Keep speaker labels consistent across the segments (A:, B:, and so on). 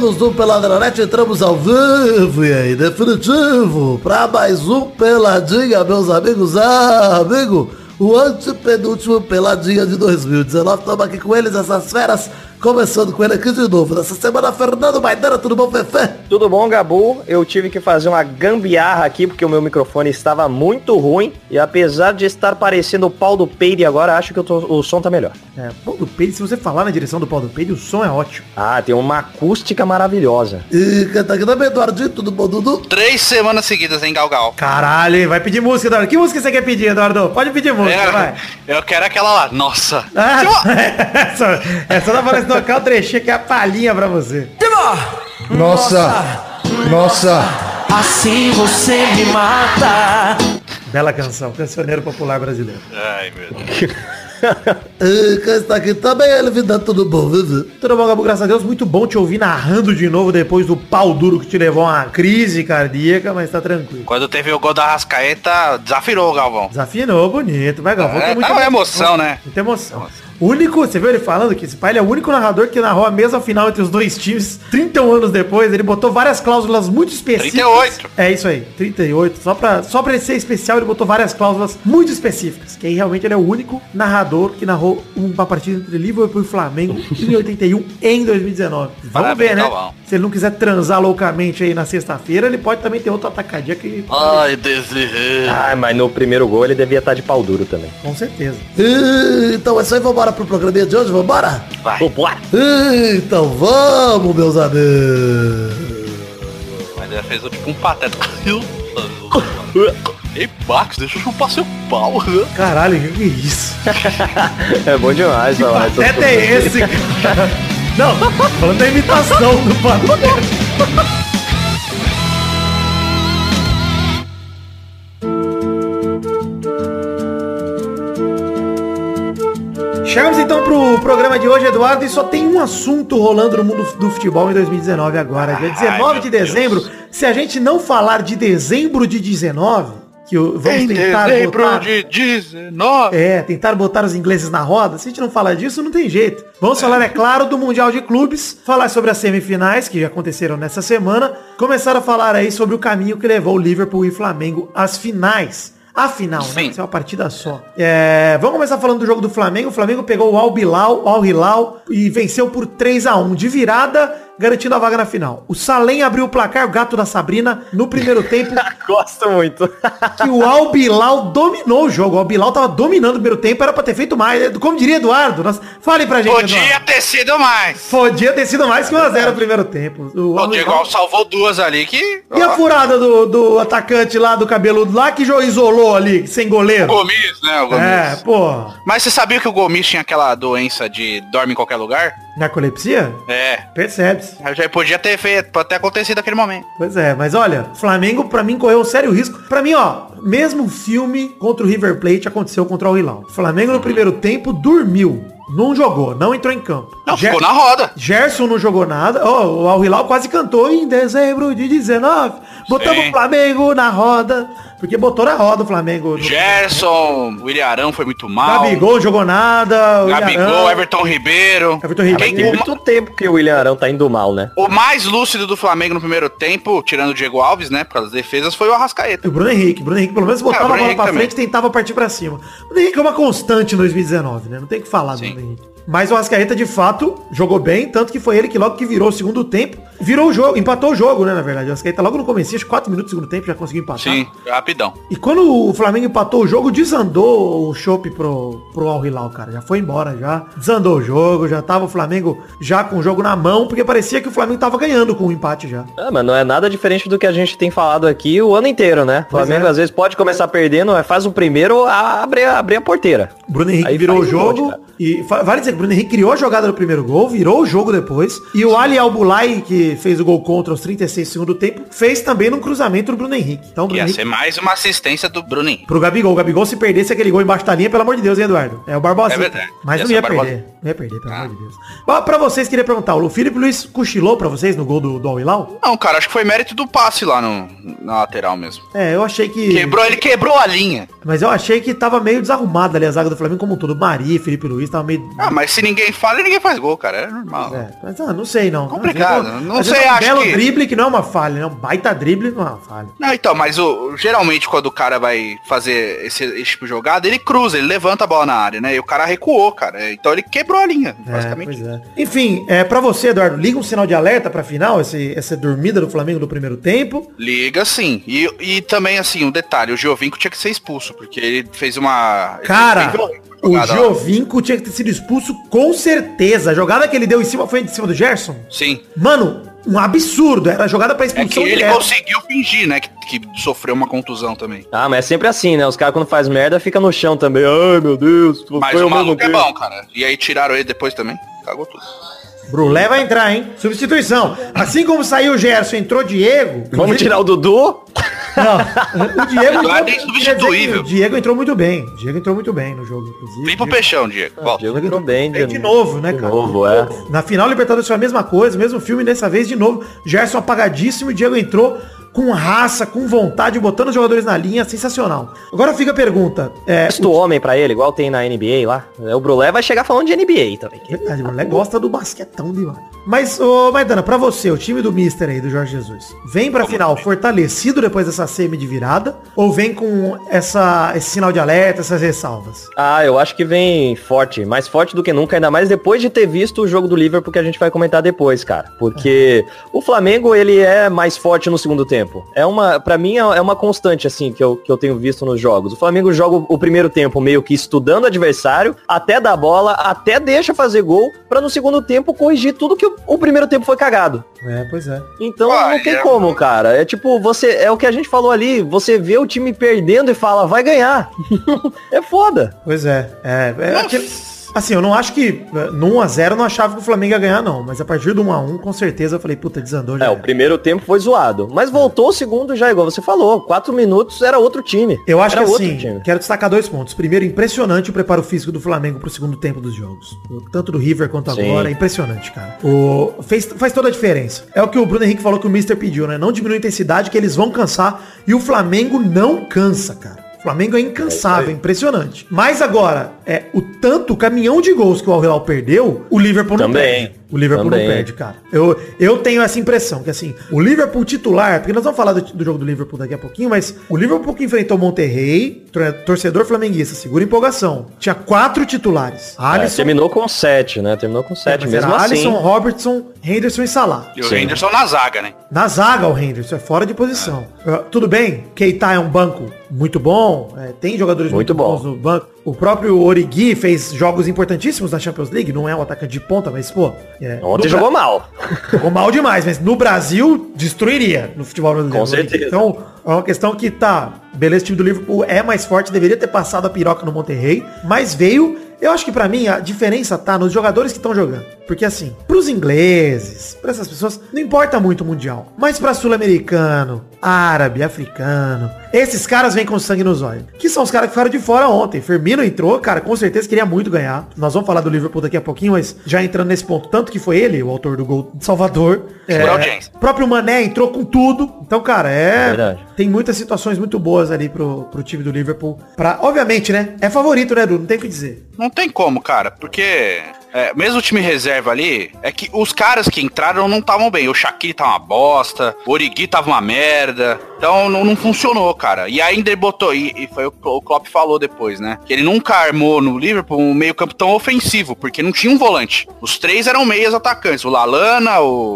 A: amigos do Peladronete, entramos ao vivo e aí, definitivo, pra mais um Peladinha, meus amigos. Amigo, o antepenúltimo Peladinha de 2019, estamos aqui com eles, essas feras, começando com ele aqui de novo. Nessa semana, Fernando Maidana, tudo bom, Fefé?
B: Tudo bom, Gabu? Eu tive que fazer uma gambiarra aqui, porque o meu microfone estava muito ruim, e apesar de estar parecendo o pau do peide agora, acho que o som tá melhor.
C: É, pau do peide, se você falar na direção do pau do peide, o som é ótimo.
B: Ah, tem uma acústica maravilhosa.
A: E quem tá aqui também, Eduardinho, tudo bom, Dudu?
D: 3 semanas seguidas, hein, Galgal?
C: Caralho, vai pedir música, Eduardo. Que música você quer pedir, Eduardo? Pode pedir música, vai.
D: Eu quero aquela lá, nossa.
C: Essa dá pra tocar o trechinho que é a palhinha pra você.
A: Nossa.
E: Assim você me mata.
C: Bela canção, cancioneiro popular brasileiro.
D: Ai, meu Deus.
A: E quem está aqui também, ele vida, tudo bom, Vivi?
C: Tudo bom, Gabu? Graças a Deus, muito bom te ouvir narrando de novo depois do pau duro que te levou a uma crise cardíaca, mas tá tranquilo.
D: Quando teve o gol da Arrascaeta, desafinou o Galvão.
C: Desafinou, bonito. Mas Galvão tem muita
D: emoção, né?
C: Muita emoção. O único, você viu ele falando que esse pai ele é o único narrador que narrou a mesma final entre os dois times 31 anos depois. Ele botou várias cláusulas muito específicas.
D: 38.
C: É isso aí, 38. Só pra ele ser especial, ele botou várias cláusulas muito específicas. Que aí realmente ele é o único narrador que narrou uma partida entre Liverpool e Flamengo em 81 em 2019. Vamos
D: Parabéns,
C: ver, né?
D: Galvão.
C: Se ele não quiser transar loucamente aí na sexta-feira, ele pode também ter outra atacadinha que...
D: Ai, desejei.
B: Ah, mas no primeiro gol ele devia estar de pau duro também.
C: Com certeza.
A: E, então é isso aí, vambora pro programinha de hoje, vambora?
D: Vai.
B: Vambora!
A: Então vamos, meus amigos.
D: Mas ele fez tipo um pateta. Ei, Marcos, deixa eu chupar seu pau.
C: Caralho, que é isso?
B: É bom demais, ó.
C: Até esse, cara. Não, falando da imitação do Pateta. Chegamos então pro programa de hoje, Eduardo, e só tem um assunto rolando no mundo do futebol em 2019 agora. Dia 19 de dezembro, se a gente não falar de dezembro de 19... que vamos tentar botar...
D: de 19.
C: Tentar botar os ingleses na roda. Se a gente não falar disso, não tem jeito. Vamos falar, é claro, do Mundial de Clubes, falar sobre as semifinais, que já aconteceram nessa semana, começar a falar aí sobre o caminho que levou o Liverpool e Flamengo às finais. A final, né? Isso é uma partida só. Vamos começar falando do jogo do Flamengo. O Flamengo pegou o Al Hilal e venceu por 3-1 de virada, garantindo a vaga na final. O Salem abriu o placar, o gato da Sabrina, no primeiro tempo.
B: Gosto muito.
C: Que o Al Hilal dominou o jogo. O Al Hilal tava dominando o primeiro tempo, era pra ter feito mais. Como diria Eduardo, fale pra gente,
D: Podia
C: Eduardo.
D: ter sido mais.
C: Podia ter sido mais que 1-0 no primeiro tempo.
D: O Diego salvou 2 ali que...
C: E a furada do atacante lá, do cabeludo lá, que isolou ali, sem goleiro?
D: O Gomes, né? O Gomes.
C: Pô.
D: Mas você sabia que o Gomes tinha aquela doença de dorme em qualquer lugar?
C: Narcolepsia?
D: É.
C: Percebe-se.
D: Já podia ter feito, pode ter acontecido naquele momento.
C: Pois é, mas olha, Flamengo pra mim correu um sério risco. Pra mim, ó, mesmo filme contra o River Plate aconteceu contra o Hilal. Flamengo no primeiro tempo dormiu. Não jogou, não entrou em campo.
D: Não, ficou na roda.
C: Gerson não jogou nada. O Al Hilal quase cantou em dezembro de 19. Botamos o Flamengo na roda. Porque botou na roda o Flamengo.
D: Gerson, o William Arão foi muito mal.
C: Gabigol jogou nada.
D: Gabigol, Everton Ribeiro.
B: Tem muito tempo que o William Arão tá indo mal, né?
D: O mais lúcido do Flamengo no primeiro tempo, tirando o Diego Alves, né, por causa das defesas, foi o Arrascaeta.
C: E o Bruno Henrique pelo menos botava a bola pra frente e tentava partir pra cima. O Bruno Henrique é uma constante em 2019, né? Não tem o que falar do Bruno Henrique. Mas o Arrascaeta, de fato, jogou bem, tanto que foi ele que logo que virou o segundo tempo, virou o jogo, empatou o jogo, né, na verdade. O Arrascaeta logo no começo, acho 4 minutos do segundo tempo, já conseguiu empatar.
D: Sim, rapidão.
C: E quando o Flamengo empatou o jogo, desandou o chope pro Al Hilal, cara. Já foi embora, já. Desandou o jogo, já tava o Flamengo já com o jogo na mão, porque parecia que o Flamengo tava ganhando com o empate já.
B: Mas não é nada diferente do que a gente tem falado aqui o ano inteiro, né? O Flamengo às vezes pode começar perdendo, mas faz o primeiro, abre a porteira.
C: O Bruno Henrique aí virou o jogo. E vale dizer que o Bruno Henrique criou a jogada no primeiro gol, virou o jogo depois. E o Ali Al-Bulai, que fez o gol contra aos 36 do segundo tempo, fez também num cruzamento do Bruno Henrique. Então,
D: Ia ser mais uma assistência do Bruno Henrique.
C: Pro Gabigol. O Gabigol, se perdesse aquele gol embaixo da linha, pelo amor de Deus, hein, Eduardo? É o Barbosa.
D: É verdade.
C: Mas não ia perder. Não ia perder, pelo amor de Deus. Pra vocês, queria perguntar, o Felipe Luiz cochilou pra vocês no gol do Al Hilal?
D: Não, cara, acho que foi mérito do passe lá na lateral mesmo.
C: Eu achei que...
D: Ele quebrou a linha.
C: Mas eu achei que tava meio desarrumado ali a zaga do Flamengo como um todo. Maria, Felipe Luiz, tava meio...
D: mas mas se ninguém fala, ninguém faz gol, cara. É normal.
C: Mas não sei não.
D: Complicado. Não sei,
C: acho
D: acho
C: belo
D: que...
C: drible que não é uma falha, né? Um baita drible não é uma falha.
D: Não, então, mas geralmente quando o cara vai fazer esse tipo de jogada, ele cruza, ele levanta a bola na área, né? E o cara recuou, cara. Então ele quebrou a linha, basicamente.
C: Pois é. Enfim, pra você, Eduardo, liga um sinal de alerta pra final, essa dormida do Flamengo no primeiro tempo.
D: Liga, sim. E também, assim, um detalhe, o Giovinco tinha que ser expulso, porque ele fez uma...
C: Cara, o Giovinco tinha que ter sido expulso com certeza. A jogada que ele deu em cima foi em cima do Gerson?
D: Sim.
C: Mano, um absurdo. Era jogada pra expulsão.
D: É que ele conseguiu fingir, né? Que sofreu uma contusão também.
B: Ah, mas é sempre assim, né? Os caras quando faz merda fica no chão também. Ai, meu Deus.
D: Mas o maluco é bom, cara. E aí tiraram ele depois também. Cagou tudo.
C: Brulé vai entrar, hein? Substituição. Assim como saiu o Gerson, entrou Diego.
B: Vamos tirar o Dudu?
C: Não, o Diego
D: é insubstituível.
C: O Diego entrou muito bem. O Diego entrou muito bem no jogo, inclusive.
D: Vem pro peixão, Diego.
B: O Diego entrou bem.
C: De novo, né, cara?
B: De novo, é.
C: Na final, Libertadores foi a mesma coisa, mesmo filme, dessa vez de novo. Gerson apagadíssimo e Diego entrou com raça, com vontade, botando os jogadores na linha, sensacional. Agora fica a pergunta.
B: Sexto homem pra ele, igual tem na NBA lá. O Brulé vai chegar falando de NBA também.
C: Verdade, o Brulé gosta do basquetão demais. Mas, ô Maidana, pra você, o time do Mister aí, do Jorge Jesus, vem pra final fortalecido depois dessa semi de virada? Ou vem com esse sinal de alerta, essas ressalvas?
B: Ah, eu acho que vem forte, mais forte do que nunca, ainda mais depois de ter visto o jogo do Liverpool que a gente vai comentar depois, cara. Porque o Flamengo, ele é mais forte no segundo tempo. Pra mim, é uma constante, assim, que eu tenho visto nos jogos. O Flamengo joga o primeiro tempo meio que estudando o adversário, até dar bola, até deixa fazer gol, pra no segundo tempo corrigir tudo que o primeiro tempo foi cagado.
C: Pois é.
B: Então não tem como, cara. É tipo, é o que a gente falou ali, você vê o time perdendo e fala, vai ganhar. É foda.
C: Pois é. Assim, eu não acho que no 1x0 eu não achava que o Flamengo ia ganhar, não. Mas a partir do 1x1, com certeza, eu falei, puta, desandou já.
B: O primeiro tempo foi zoado. Mas voltou o segundo já, igual você falou. 4 minutos era outro time.
C: Eu acho que assim, quero destacar 2 pontos. Primeiro, impressionante o preparo físico do Flamengo pro segundo tempo dos jogos. Tanto do River quanto agora. É impressionante, cara. Faz toda a diferença. É o que o Bruno Henrique falou que o Mister pediu, né? Não diminui a intensidade, que eles vão cansar. E o Flamengo não cansa, cara. O Flamengo é incansável, impressionante. Mas agora, o caminhão de gols que o Al Hilal perdeu, o Liverpool não perde. O Liverpool não perde, cara. Eu tenho essa impressão, que assim, o Liverpool titular, porque nós vamos falar do jogo do Liverpool daqui a pouquinho, mas o Liverpool que enfrentou o Monterrey, torcedor flamenguista, segura empolgação. Tinha 4 titulares. Alisson,
B: terminou com 7, né? Terminou com 7 mesmo assim.
C: Alisson, Robertson, Henderson e Salah.
D: E o Henderson na zaga, né?
C: Na zaga o Henderson, é fora de posição. Tudo bem, Keita é um banco muito bom, tem jogadores muito bons no banco. O próprio Origi fez jogos importantíssimos na Champions League, não é um atacante de ponta, mas, pô...
B: Ontem jogou mal.
C: Jogou mal demais, mas no Brasil destruiria no futebol brasileiro.
B: Com certeza.
C: Então, é uma questão que beleza, o time do Liverpool é mais forte, deveria ter passado a piroca no Monterrey, mas veio... Eu acho que pra mim a diferença tá nos jogadores que estão jogando. Porque assim, pros ingleses, pra essas pessoas, não importa muito o Mundial. Mas pra sul-americano, árabe, africano, esses caras vêm com sangue nos olhos. Que são os caras que ficaram de fora ontem. Firmino entrou, cara, com certeza queria muito ganhar. Nós vamos falar do Liverpool daqui a pouquinho, mas já entrando nesse ponto, tanto que foi ele, o autor do gol de Salvador. O próprio Mané entrou com tudo. Então, cara, tem muitas situações muito boas ali pro time do Liverpool. Obviamente, né? É favorito, né, Edu? Não tem o que dizer.
D: Não tem como, cara, porque mesmo o time reserva ali, é que os caras que entraram não estavam bem. O Shaqiri tá uma bosta, o Origi tava uma merda, então não funcionou, cara. E ainda ele botou, e foi o Klopp falou depois, né, que ele nunca armou no Liverpool um meio campo tão ofensivo, porque não tinha um volante. Os 3 eram meias atacantes, o Lallana,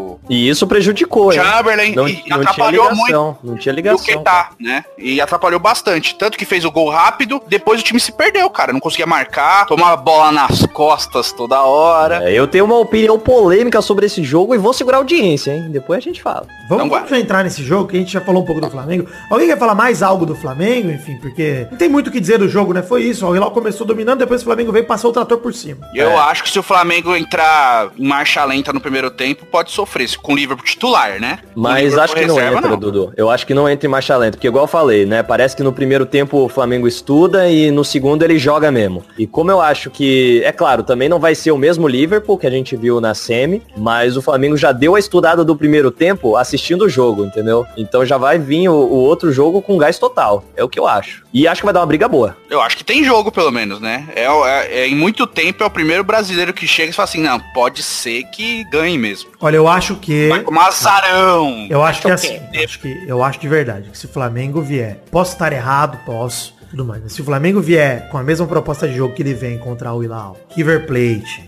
B: E isso prejudicou,
D: Chamberlain, e atrapalhou muito.
B: Não tinha ligação.
D: E o Keita, né, e atrapalhou bastante. Tanto que fez o gol rápido, depois o time se perdeu, cara, não conseguia marcar, tomava bola nas costas toda hora.
B: Eu tenho uma opinião polêmica sobre esse jogo e vou segurar a audiência, hein? Depois a gente fala.
C: Vamos entrar nesse jogo, que a gente já falou um pouco do Flamengo. Alguém quer falar mais algo do Flamengo? Enfim, porque não tem muito o que dizer do jogo, né? Foi isso, o Hilal começou dominando, depois o Flamengo veio e passou o trator por cima.
D: Eu acho que se o Flamengo entrar em marcha lenta no primeiro tempo, pode sofrer, com o Liverpool titular, né?
B: Mas acho que não entra, Dudu. Eu acho que não entra em marcha lenta, porque igual eu falei, né? Parece que no primeiro tempo o Flamengo estuda e no segundo ele joga mesmo. E como eu acho que, é claro, também não vai ser o o mesmo Liverpool que a gente viu na semi, mas o Flamengo já deu a estudada do primeiro tempo assistindo o jogo, entendeu? Então já vai vir o outro jogo com gás total. É o que eu acho. E acho que vai dar uma briga boa.
D: Eu acho que tem jogo, pelo menos, né? Em muito tempo é o primeiro brasileiro que chega e fala assim, não, pode ser que ganhe mesmo.
C: Olha, eu acho que...
D: Vai com azarão.
C: Eu acho que é assim. Eu acho de verdade que se o Flamengo vier... Posso estar errado, posso... Tudo mais. Mas se o Flamengo vier com a mesma proposta de jogo que ele vem contra o Hilal, River Plate,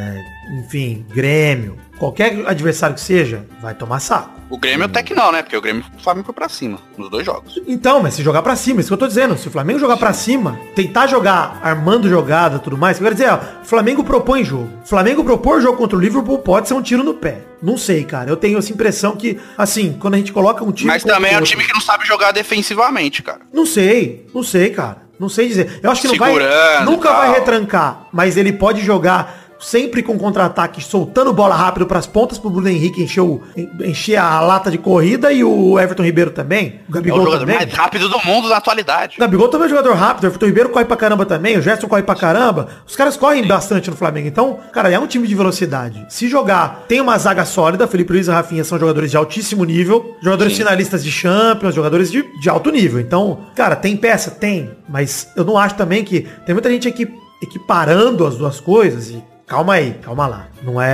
C: enfim, Grêmio, qualquer adversário que seja, vai tomar saco.
D: O Grêmio até que não, né? Porque o Grêmio o Flamengo foi pra cima nos 2 jogos.
C: Então, mas se jogar pra cima, isso que eu tô dizendo. Se o Flamengo jogar pra cima, tentar jogar armando jogada e tudo mais, eu quero dizer, ó, o Flamengo propõe jogo. O Flamengo propor jogo contra o Liverpool pode ser um tiro no pé. Não sei, cara. Eu tenho essa impressão que, assim, quando a gente coloca um time...
D: Mas também é um time que não sabe jogar defensivamente, cara.
C: Não sei, cara. Não sei dizer. Eu acho que nunca
D: tal.
C: vai retrancar, mas ele pode jogar sempre com contra-ataque, soltando bola rápido pras pontas pro Bruno Henrique encher a lata de corrida e o Everton Ribeiro também. O Gabigol
D: é o jogador
C: também.
D: mais rápido do mundo na atualidade.
C: O Gabigol também é um jogador rápido, o Everton Ribeiro corre pra caramba também, o Gerson corre pra caramba. Os caras correm bastante no Flamengo. Então, cara, é um time de velocidade. Se jogar, tem uma zaga sólida, Felipe Luiz e Rafinha são jogadores de altíssimo nível, jogadores finalistas de Champions, jogadores de alto nível. Então, cara, tem peça? Tem. Mas eu não acho também que... Tem muita gente aqui equiparando as duas coisas e... Calma aí, calma lá.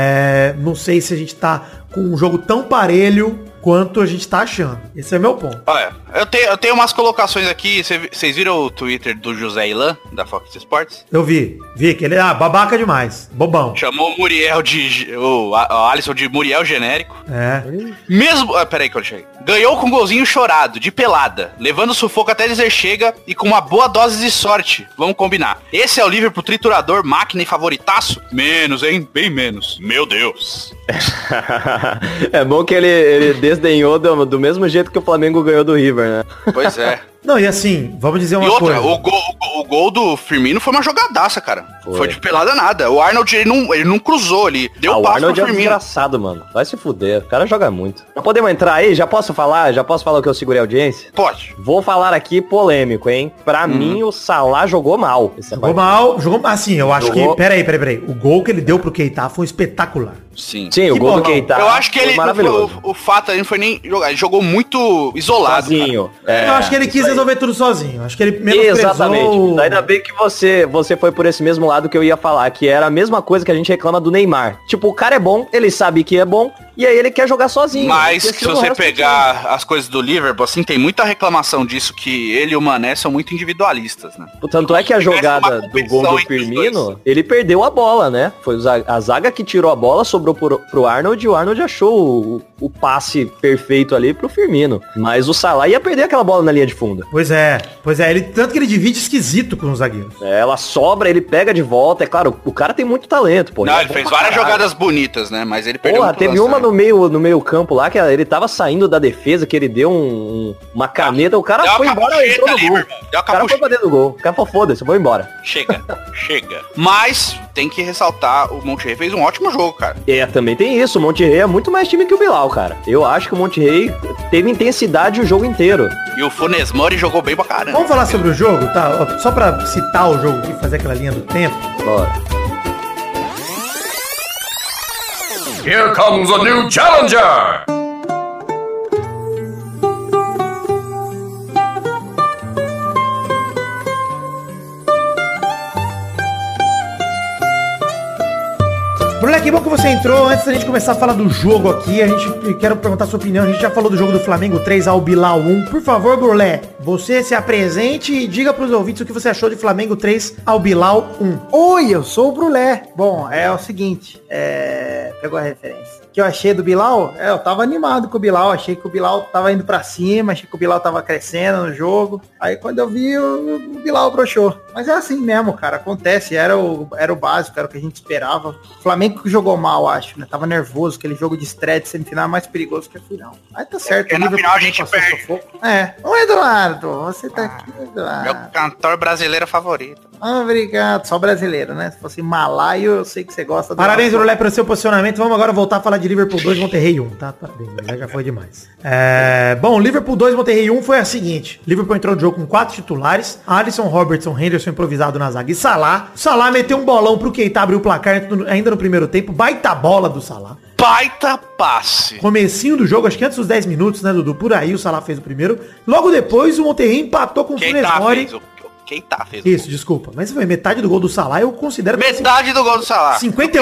C: Não sei se a gente tá com um jogo tão parelho quanto a gente tá achando. Esse é meu ponto.
D: Olha, eu tenho umas colocações aqui. Vocês viram o Twitter do José Ilan, da Fox Sports?
C: Eu vi que ele é babaca demais. Bobão.
D: Chamou o Muriel o Alisson de Muriel genérico.
C: É.
D: Mesmo... peraí que eu cheguei. Ganhou com um golzinho chorado, de pelada, levando sufoco até dizer chega e com uma boa dose de sorte. Vamos combinar. Esse é o Liverpool triturador, máquina e favoritaço? Menos, hein? Bem menos. Meu Deus.
B: É bom que ele desdenhou do mesmo jeito que o Flamengo ganhou do River, né?
D: Pois é.
C: Não, e assim, vamos dizer uma coisa.
D: O gol do Firmino foi uma jogadaça, cara. Foi de pelada nada. O Arnold, ele não cruzou, ele deu
B: o
D: passo
B: Arnold
D: pro
B: é um
D: Firmino.
B: desgraçado, mano. Vai se fuder. O cara joga muito. Já podemos entrar aí? Já posso falar o que eu segurei a audiência?
D: Pode.
B: Vou falar aqui polêmico, hein? Pra mim, o Salah jogou mal.
C: Jogou assim, eu acho que... Peraí. O gol que ele deu pro Keita foi espetacular.
D: Sim,
B: o gol do Keita.
D: Eu acho que ele...
B: maravilhoso.
D: O fato ele não foi nem jogar. Ele jogou muito isolado.
B: Sozinho.
C: Eu acho que ele quis resolver tudo sozinho. Acho que ele menosprezou...
B: Exatamente. Ainda bem que você foi por esse mesmo lado que eu ia falar, que era a mesma coisa que a gente reclama do Neymar. Tipo, o cara é bom, ele sabe que é bom, e aí ele quer jogar sozinho.
D: Mas se você pegar as coisas do Liverpool, assim, tem muita reclamação disso, que ele e o Mané são muito individualistas, né?
B: Tanto é que a jogada do gol do Firmino, ele perdeu a bola, né? Foi a zaga que tirou a bola, sobrou pro Arnold, e o Arnold achou o passe perfeito ali pro Firmino. Mas o Salah ia perder aquela bola na linha de fundo.
C: Pois é. Tanto que ele divide esquisito com os zagueiros.
B: Ela sobra, ele pega de volta. É claro, o cara tem muito talento, pô.
D: Não, ele fez várias jogadas bonitas, né? Mas ele perdeu muito
B: teve uma no meio campo lá, que ele tava saindo da defesa, que ele deu uma caneta, o cara foi embora e entrou no gol. O cara foi pra dentro do gol. O cara falou, foda-se, eu vou embora.
D: Chega. Mas tem que ressaltar, o Monterrey fez um ótimo jogo, cara.
B: Também tem isso. O Monterrey é muito mais time que o Bilal, cara. Eu acho que o Monterrey teve intensidade o jogo inteiro.
D: E o Funes Mori jogou bem pra caramba.
C: Vamos falar sobre o jogo, tá? Só pra citar o jogo aqui, fazer aquela linha do tempo.
B: Bora.
F: Here comes a new challenger!
C: Brulé, que bom que você entrou. Antes da gente começar a falar do jogo aqui, quero perguntar a sua opinião. A gente já falou do jogo do Flamengo 3 ao Bilal 1. Por favor, Brulé, você se apresente e diga pros ouvintes o que você achou de Flamengo 3 ao Bilal 1.
G: Oi, eu sou o Brulé. Bom, é o seguinte, pegou a referência. O que eu achei do Bilal? Eu tava animado com o Bilal, achei que o Bilal tava indo pra cima, achei que o Bilal tava crescendo no jogo. Aí quando eu vi, o Bilal broxou. Mas é assim mesmo, cara, acontece, era o básico, era o que a gente esperava. O Flamengo Flamengo que jogou mal, acho, né? Tava nervoso, aquele jogo de estreia de semifinal é mais perigoso que a final. Aí tá certo.
D: Porque na final a gente perde.
G: Sufoco. Ô Eduardo, você tá aqui, Eduardo.
D: Meu cantor brasileiro favorito.
G: Obrigado, só brasileiro, né? Se fosse malaio, eu sei que você gosta.
C: Parabéns, Brulé, pelo seu posicionamento. Vamos agora voltar a falar de Liverpool 2, Monterrey 1, tá? Parabéns, Brulé, já foi demais. Bom, Liverpool 2, Monterrey 1 foi a seguinte. Liverpool entrou no jogo com 4 titulares. Alisson, Robertson, Henderson improvisado na zaga e Salah. Salah meteu um bolão pro Keita abrir o placar ainda no primeiro tempo. Baita bola do Salah.
D: Baita passe.
C: Comecinho do jogo, acho que antes dos 10 minutos, né, Dudu? Por aí o Salah fez o primeiro. Logo depois o Monterrey empatou com o Funes Mori.
D: Keita fez.
C: Isso, desculpa. Mas foi metade do gol do Salah, eu considero...
D: Metade do gol do Salah.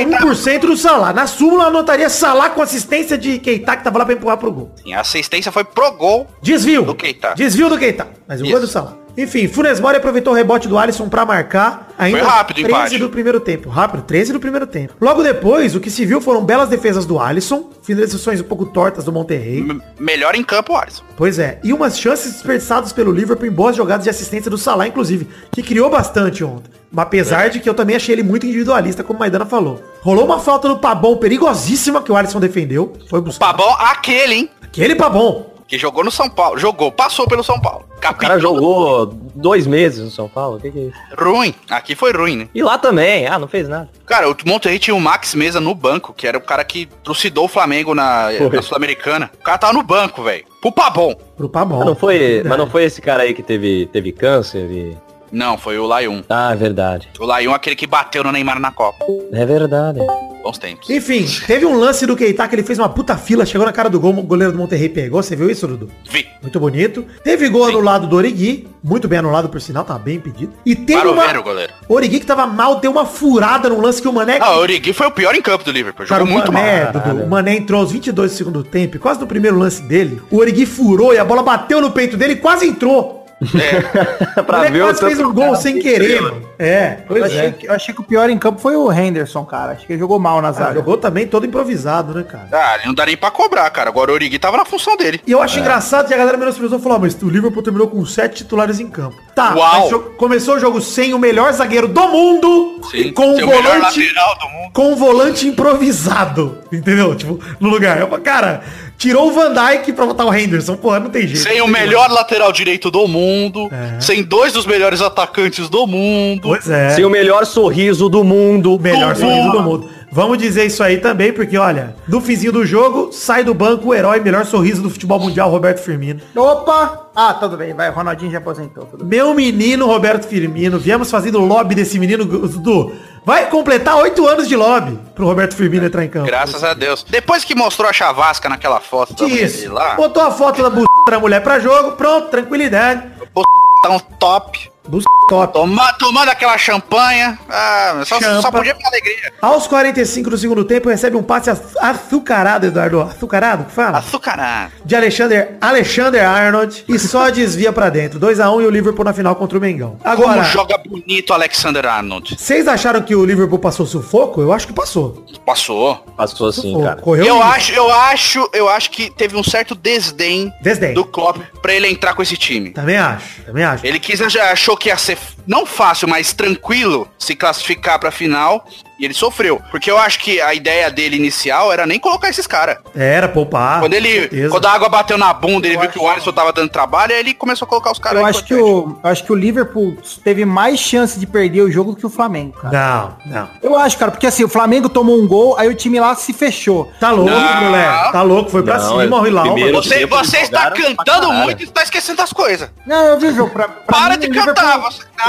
C: 51% do Salah. Na súmula, eu anotaria Salah com assistência de Keita, que tava lá pra empurrar pro gol.
D: Sim, a assistência foi pro gol.
C: Desvio.
D: Do Keita.
C: Desvio do Keita. Mas o gol do Salah. Enfim, Funes Mori aproveitou o rebote do Alisson pra marcar. Ainda
D: foi rápido,
C: 13
D: empate.
C: do primeiro tempo. Rápido, 13 do primeiro tempo. Logo depois, o que se viu foram belas defesas do Alisson. Finalizações um pouco tortas do Monterrey.
D: Melhor em campo o Alisson.
C: Pois é. E umas chances desperdiçadas pelo Liverpool em boas jogadas de assistência do Salah, inclusive. Que criou bastante ontem. Apesar de que eu também achei ele muito individualista, como o Maidana falou. Rolou uma falta no Pabon perigosíssima que o Alisson defendeu. Foi buscar.
D: Pabon, aquele, hein?
C: Aquele Pabon.
D: Que jogou no São Paulo. Passou pelo São Paulo.
B: O cara jogou 2 meses no São Paulo. O que é isso?
D: Ruim. Aqui foi ruim, né?
B: E lá também. Não fez nada.
D: Cara, o Monterrey tinha o Max Mesa no banco, que era o cara que trucidou o Flamengo na Sul-Americana. O cara tava no banco, velho. Pro Pabon.
C: Pro Pabon.
B: Mas não foi esse cara aí que teve câncer e...
D: Não, foi o Layun.
B: É verdade.
D: O Layun é aquele que bateu no Neymar na Copa.
B: É verdade.
D: Bons tempos.
C: Enfim, teve um lance do Keita que ele fez uma puta fila, chegou na cara do gol, o goleiro do Monterrey pegou. Você viu isso, Dudu?
D: Vi.
C: Muito bonito. Teve gol anulado do Origi, muito bem anulado por sinal, tá bem impedido. E teve
D: o goleiro.
C: Origi que tava mal, deu uma furada no lance que o Mané...
D: O Origi foi o pior em campo do Liverpool, jogou muito mal.
C: Dudu, o Mané entrou aos 22 do segundo tempo, quase no primeiro lance dele, o Origi furou e a bola bateu no peito dele e quase entrou.
B: Pra ver
C: quase fez um gol sem querer, mano.
G: Eu achei que o pior em campo foi o Henderson, cara. Acho que ele jogou mal na zaga.
C: Jogou também todo improvisado, né, cara?
D: Não dá nem pra cobrar, cara. Agora o Origi tava na função dele.
C: E eu acho engraçado que a galera menosprezou e falou, mas o Liverpool terminou com 7 titulares em campo. Tá,
D: Uau.
C: mas começou o jogo sem o melhor zagueiro do mundo.
D: Sim,
C: com
D: o melhor lateral do mundo.
C: Com um volante improvisado. Entendeu? Tipo, no lugar. Cara, tirou o Van Dijk pra botar o Henderson. Porra, não tem jeito.
D: Sem o melhor lateral direito do mundo. Sem 2 dos melhores atacantes do mundo.
C: Pois é.
B: Sem o melhor sorriso do mundo.
C: Melhor sorriso do mundo. Vamos dizer isso aí também, porque olha, no finzinho do jogo, sai do banco o herói, melhor sorriso do futebol mundial, Roberto Firmino.
G: Opa! Tudo bem, vai, o Ronaldinho já aposentou.
C: Meu menino Roberto Firmino, viemos fazendo lobby desse menino, Dudu. Vai completar 8 anos de lobby pro Roberto Firmino entrar em campo.
D: Graças a Deus. Depois que mostrou a chavasca naquela foto da mulher dele lá.
C: Botou a foto da da mulher pra jogo, pronto, tranquilidade.
D: Tá um top.
C: Top.
D: Tomando aquela champanha. Só podia ter alegria.
C: Aos 45 do segundo tempo, recebe um passe açucarado, Eduardo. Açucarado? Que fala?
D: Açucarado.
C: De Alexander Arnold. E só desvia pra dentro. 2-1 e o Liverpool na final contra o Mengão. Agora,
D: como joga bonito o Alexander Arnold.
C: Vocês acharam que o Liverpool passou sufoco? Eu acho que passou.
B: Passou sim, cara.
C: Correu
D: eu acho que teve um certo desdém do Klopp pra ele entrar com esse time.
C: Também acho.
D: Ele achou que ia ser não fácil, mas tranquilo se classificar pra final. E ele sofreu. Porque eu acho que a ideia dele inicial era nem colocar esses caras.
C: Era poupar.
D: Quando a água bateu na bunda, ele viu que o Alisson tava dando trabalho, aí ele começou a colocar os caras.
G: Eu acho que o Liverpool teve mais chance de perder o jogo do que o Flamengo, cara.
C: Não.
G: Eu acho, cara, porque assim, o Flamengo tomou um gol, aí o time lá se fechou.
C: Tá louco, moleque. Tá louco, foi pra cima, o Hilal.
D: Você está cantando muito e está esquecendo das coisas.
G: Não, eu vi, pra
D: para
G: mim,
D: de cantar.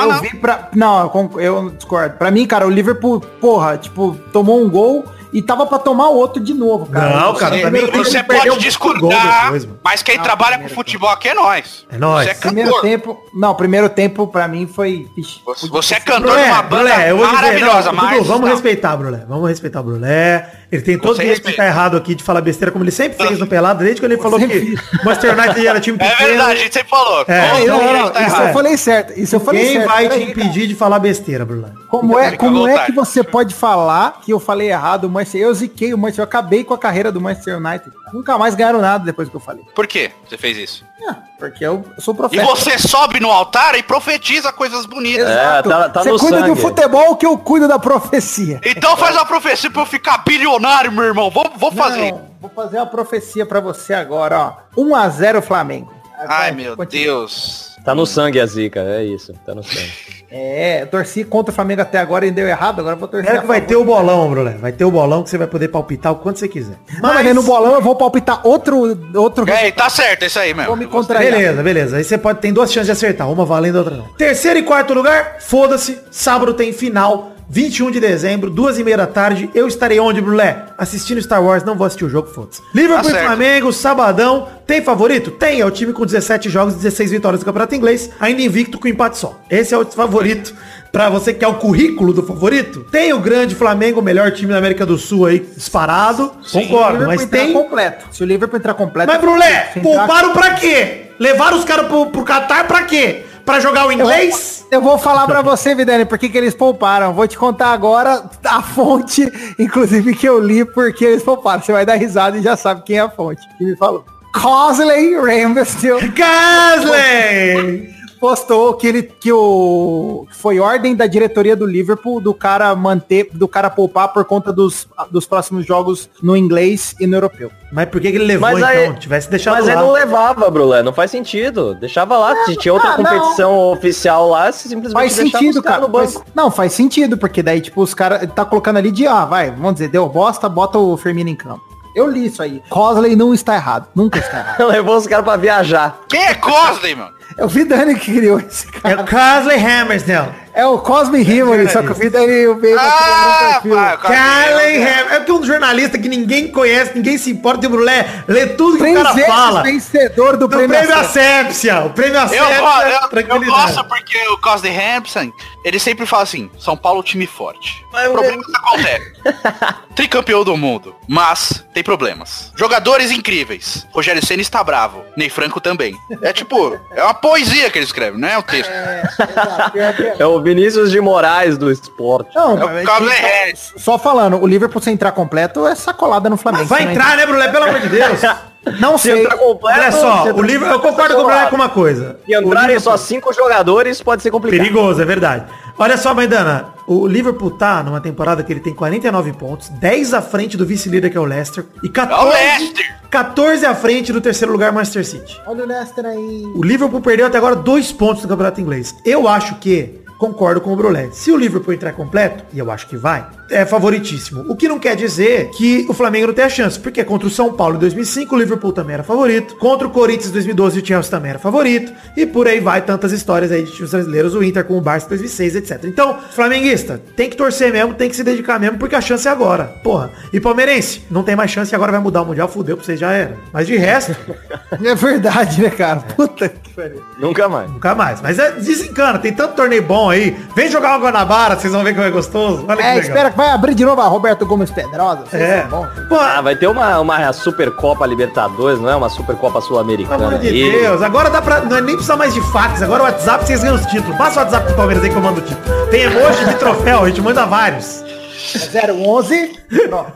G: Eu discordo. Pra mim, cara, o Liverpool, tipo, tomou um gol e tava pra tomar outro de novo, cara.
C: Não, cara,
D: você pode discordar, mas quem trabalha com futebol aqui é nós.
C: É nós.
G: Primeiro tempo pra mim foi...
D: Você é cantor de uma banda maravilhosa, mas...
C: Vamos respeitar, Brulé. Vamos respeitar o Brulé. Ele tem todo o direito de estar errado aqui, de falar besteira, como ele sempre fez no Pelado, desde quando ele falou que o Manchester United era time pequeno.
D: É verdade, a gente sempre falou.
G: Isso eu falei certo.
C: Quem vai te impedir de falar besteira, Brulé?
G: Como é que você pode falar que eu falei errado, Manchester? Eu ziquei o Manchester, eu acabei com a carreira do Manchester United. Nunca mais ganharam nada depois que eu falei.
D: Por quê você fez isso?
G: Porque eu sou
D: E
G: profeta.
D: você sobe no altar e profetiza coisas bonitas.
B: É, tá
G: Você
B: no
G: cuida
B: sangue.
G: do futebol que eu cuido da profecia.
D: Então faz uma profecia pra eu ficar bilionário, meu irmão. Vou fazer.
G: Não, vou fazer uma profecia pra você agora, ó. 1-0 Flamengo.
D: Ai, meu
G: Continua.
D: Deus.
B: Tá no sangue a zica, é isso. Tá no sangue.
G: É, eu torci contra o Flamengo até agora e deu errado, agora eu vou torcer.
C: Espera que
G: a
C: vai
G: favor.
C: ter o bolão, Brulé. Vai ter o bolão que você vai poder palpitar o quanto você quiser.
G: Não, mas aí no bolão eu vou palpitar outro
D: É, tá certo, é isso aí
G: Vou
D: mesmo.
G: me contrair.
C: Beleza. Aí você tem duas chances de acertar. Uma valendo, a outra não. Terceiro e quarto lugar, foda-se. Sábado tem final. 21 de dezembro, 2h30 da tarde. Eu estarei onde, Brulé? Assistindo Star Wars. Não vou assistir o jogo, foda-se. Liverpool e
D: certo.
C: Flamengo, sabadão. Tem favorito? Tem. É o time com 17 jogos e 16 vitórias do Campeonato Inglês. Ainda invicto com empate só. Esse é o favorito. Pra você que quer o currículo do favorito, tem o grande Flamengo, o melhor time da América do Sul aí, disparado. Concordo, mas tem...
G: completo. Se o Liverpool entrar completo...
C: Mas, Brulé,
G: se entrar-
C: pouparam pra quê? Levaram os caras pro Catar pra quê? Pra jogar o inglês?
G: Eu vou falar pra você, Vidani, por que que eles pouparam. Vou te contar agora a fonte, inclusive, que eu li porque eles pouparam. Você vai dar risada e já sabe quem é a fonte. Que me falou. Cosley Ramsdale
C: Casley!
G: postou que foi ordem da diretoria do Liverpool do cara poupar por conta dos próximos jogos no inglês e no europeu.
C: Mas por que ele levou,
B: Mas aí-
C: então? Tivesse deixado
B: Mas
C: lá.
B: aí não levava, Brulé. Não faz sentido. Deixava lá. Se tinha outra competição oficial lá, você simplesmente
G: Faz
B: deixava
G: sentido,
B: os caras
G: cara.
B: no banco.
G: Não, faz sentido, porque daí, tipo, os caras tá colocando ali vamos dizer, deu bosta, bota o Firmino em campo. Eu li isso aí. Cosley não está errado. Nunca está errado.
B: Levou os caras pra viajar.
D: Quem é Cosley, mano?
G: É o Vidani que criou esse
C: É
G: cara.
C: o Casley Hammersdale.
G: É o Cosme Rimoli, só que o Vidani veio
D: Ah, pá,
C: Casley Hammersdale. É que um jornalista que ninguém conhece, ninguém se importa, e o Brulé lê tudo que o
G: 3
C: cara
G: vezes
C: fala.
G: vencedor do
C: Do prêmio
G: Ascensão.
C: Asépsia. O prêmio
D: Eu
C: Asépsia.
D: gosto porque o Cosley Hampson, ele sempre fala assim, São Paulo time forte. Problemas acontecem. Tricampeão do mundo, mas tem problemas. Jogadores incríveis. Rogério Ceni está bravo. Ney Franco também. É tipo, é uma poesia que ele escreve, não é um texto.
B: É o Vinícius de Moraes do esporte.
G: Não,
D: É o
G: mas
D: Cosley Hampson.
G: só falando, o Liverpool sem entrar completo é sacolada no Flamengo.
C: Vai
G: Se não
C: entrar, né, Brulé? Pelo amor de Deus.
G: Não
B: Se
G: sei.
B: entrar completo,
C: Olha
B: se
C: só,
B: entrar
C: o livro, eu
B: completo,
C: concordo com o Brulé
B: colado.
C: com uma coisa.
B: Se
C: O
B: entrarem
C: Liverpool-
B: só 5 jogadores, pode ser complicado.
C: Perigoso, é verdade. Olha só, Maidana, o Liverpool tá numa temporada que ele tem 49 pontos, 10 à frente do vice-líder que é o Leicester e 14,
D: Leicester!
C: 14 à frente do terceiro lugar Manchester City.
G: Olha o Leicester aí.
C: O Liverpool perdeu até agora 2 pontos no Campeonato Inglês. Eu acho que, concordo com o Brulé, se o Liverpool entrar completo, e eu acho que vai, é favoritíssimo. O que não quer dizer que o Flamengo não tenha chance, porque contra o São Paulo em 2005 o Liverpool também era favorito, contra o Corinthians em 2012 o Chelsea também era favorito, e por aí vai tantas histórias aí de times brasileiros, o Inter com o Barça em 2006, etc. Então, flamenguista, tem que torcer mesmo, tem que se dedicar mesmo, porque a chance é agora. Porra. E palmeirense, não tem mais chance e agora vai mudar o Mundial, fudeu pra vocês, já era. Mas de resto,
G: É verdade, né, cara? Puta que pariu.
B: Nunca mais.
C: nunca mais. Mas desencana, tem tanto torneio bom aí. Vem jogar uma Guanabara, vocês vão ver como é gostoso. Olha que legal.
G: Espera que vai abrir de novo a Roberto Gomes Pedrosa. Vocês
C: É.
G: são bons.
C: Pô,
B: Ah, vai ter uma Supercopa Libertadores, não é? Uma Supercopa
C: pelo
B: Sul-Americana.
C: amor de
B: aí.
C: Deus, agora dá pra. Não é nem precisa mais de fax, agora o WhatsApp vocês ganham os títulos. Passa o WhatsApp pro Palmeiras aí que eu mando o título. Tem emoji de troféu, a gente manda vários.
G: 011. Pronto.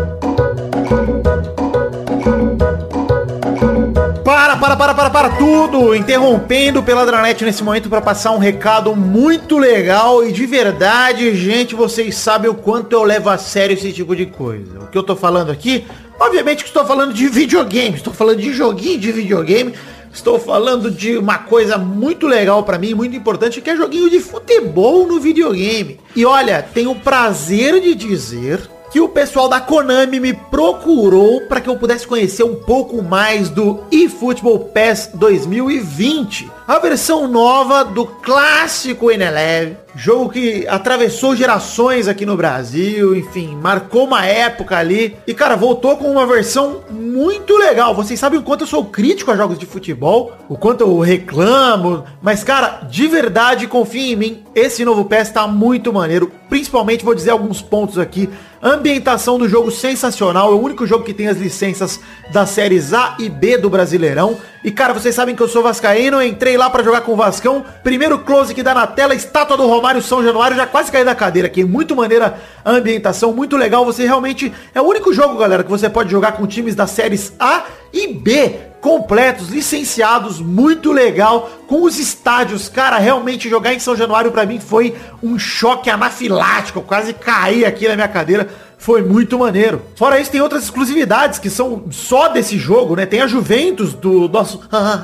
C: Para tudo! Interrompendo pela Dranet nesse momento para passar um recado muito legal e de verdade, gente, vocês sabem o quanto eu levo a sério esse tipo de coisa. O que eu tô falando aqui, obviamente que estou falando de videogame, estou falando de joguinho de videogame, estou falando de uma coisa muito legal pra mim, muito importante, que é joguinho de futebol no videogame. E olha, tenho o prazer de dizer que o pessoal da Konami me procurou para que eu pudesse conhecer um pouco mais do eFootball PES 2020. A versão nova do clássico N11, jogo que atravessou gerações aqui no Brasil, enfim, marcou uma época ali. E, cara, voltou com uma versão muito legal. Vocês sabem o quanto eu sou crítico a jogos de futebol, o quanto eu reclamo, mas, cara, de verdade, confia em mim, esse novo PES tá muito maneiro. Principalmente, vou dizer alguns pontos aqui. Ambientação do jogo sensacional, é o único jogo que tem as licenças das séries A e B do Brasileirão. E, cara, vocês sabem que eu sou vascaíno, eu entrei lá pra jogar com o Vascão. Primeiro close que dá na tela, estátua do Romário São Januário, já quase caí da cadeira aqui. Muito maneira a ambientação, muito legal. Você realmente... É o único jogo, galera, que você pode jogar com times das séries A e B completos, licenciados, muito legal, com os estádios. Cara, realmente jogar em São Januário pra mim foi um choque anafilático, eu quase caí aqui na minha cadeira. Foi muito maneiro. Fora isso, tem outras exclusividades que são só desse jogo, né? Tem a Juventus do nosso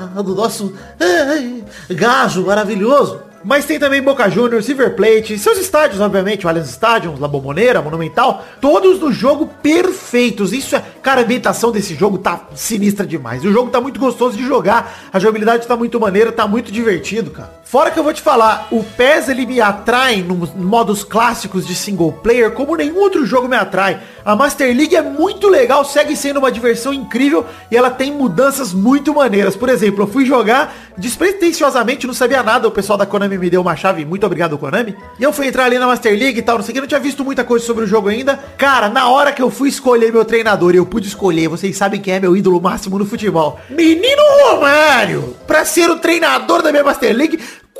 C: gajo maravilhoso. Mas tem também Boca Juniors, River Plate, seus estádios, obviamente, o Allianz Stadium, La Bombonera, Monumental, todos no jogo perfeitos. Isso é, cara, a ambientação desse jogo tá sinistra demais. O jogo tá muito gostoso de jogar, a jogabilidade tá muito maneira, tá muito divertido, cara. Fora que eu vou te falar, o PES, ele me atrai nos modos clássicos de single player, como nenhum outro jogo me atrai. A Master League é muito legal, segue sendo uma diversão incrível e ela tem mudanças muito maneiras. Por exemplo, eu fui jogar despretensiosamente, não sabia nada, o pessoal da Konami me deu uma chave, muito obrigado, Konami. E eu fui entrar ali na Master League e tal, não sei o que, não tinha visto muita coisa sobre o jogo ainda. Cara, na hora que eu fui escolher meu treinador, e eu pude escolher, vocês sabem quem é meu ídolo máximo no futebol. Menino Romário! Pra ser o treinador da minha Master League,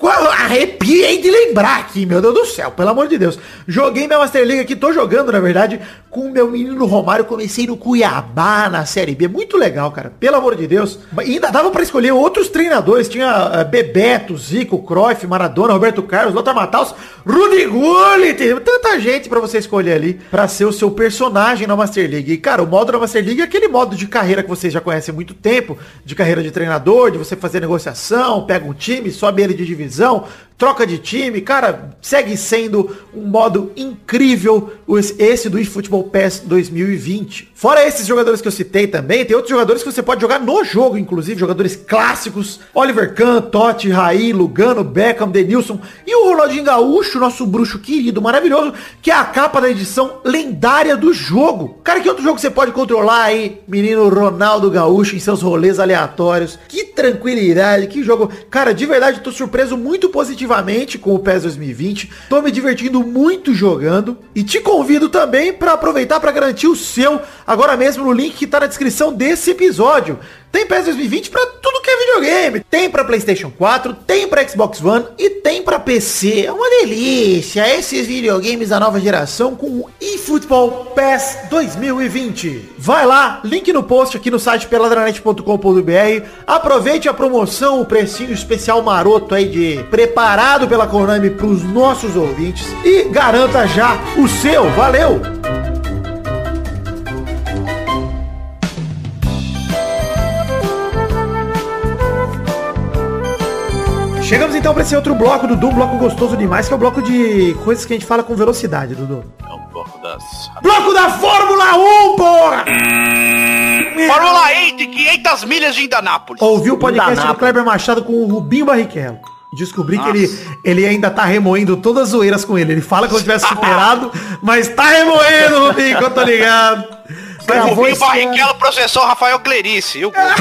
C: arrepiei de lembrar aqui, meu Deus do céu, pelo amor de Deus. Joguei minha Master League aqui, tô jogando, na verdade, com o meu menino Romário. Comecei no Cuiabá, na Série B. Muito legal, cara, pelo amor de Deus. E ainda dava pra escolher outros treinadores. Tinha Bebeto, Zico, Cruyff, Maradona, Roberto Carlos, Lothar Matthaus, Rudi Gullit. Tanta gente pra você escolher ali, pra ser o seu personagem na Master League. E, cara, o modo da Master League é aquele modo de carreira que vocês já conhecem há muito tempo, de carreira de treinador, de você fazer negociação, pega um time, sobe ele de divisão, troca de time, cara, segue sendo um modo incrível esse do eFootball PES 2020. Fora esses jogadores que eu citei também, tem outros jogadores que você pode jogar no jogo, inclusive jogadores clássicos, Oliver Kahn, Totti, Raí, Lugano, Beckham, Denilson e o Ronaldinho Gaúcho, nosso bruxo querido, maravilhoso, que é a capa da edição lendária do jogo. Cara, que outro jogo você pode controlar aí, menino Ronaldo Gaúcho, em seus rolês aleatórios? Que tranquilidade, que jogo. Cara, de verdade, tô surpreso muito positivamente com o PES 2020. Tô me divertindo muito jogando e te convido também para aproveitar para garantir o seu agora mesmo no link que tá na descrição desse episódio. Tem PES 2020 pra tudo que é videogame. Tem pra PlayStation 4, tem pra Xbox One e tem pra PC. É uma delícia esses videogames da nova geração com o eFootball PES 2020. Vai lá, link no post aqui no site peladranet.com.br. Aproveite a promoção, o precinho especial maroto aí de preparado pela Konami pros nossos ouvintes e garanta já o seu. Valeu! Chegamos então para esse outro bloco, Dudu, um bloco gostoso demais, que é o bloco de coisas que a gente fala com velocidade, Dudu.
D: É o bloco das...
C: Bloco da Fórmula 1, porra!
D: Fórmula 1 de 500 milhas de Indianápolis.
C: Ouvi o podcast do Kleber Machado com o Rubinho Barrichello. Descobri que ele ainda tá remoendo todas as zoeiras com ele. Ele fala como se tivesse superado, mas tá remoendo, Rubinho, que eu tô ligado.
D: O Rubinho Barrichello processou Rafael Clerice.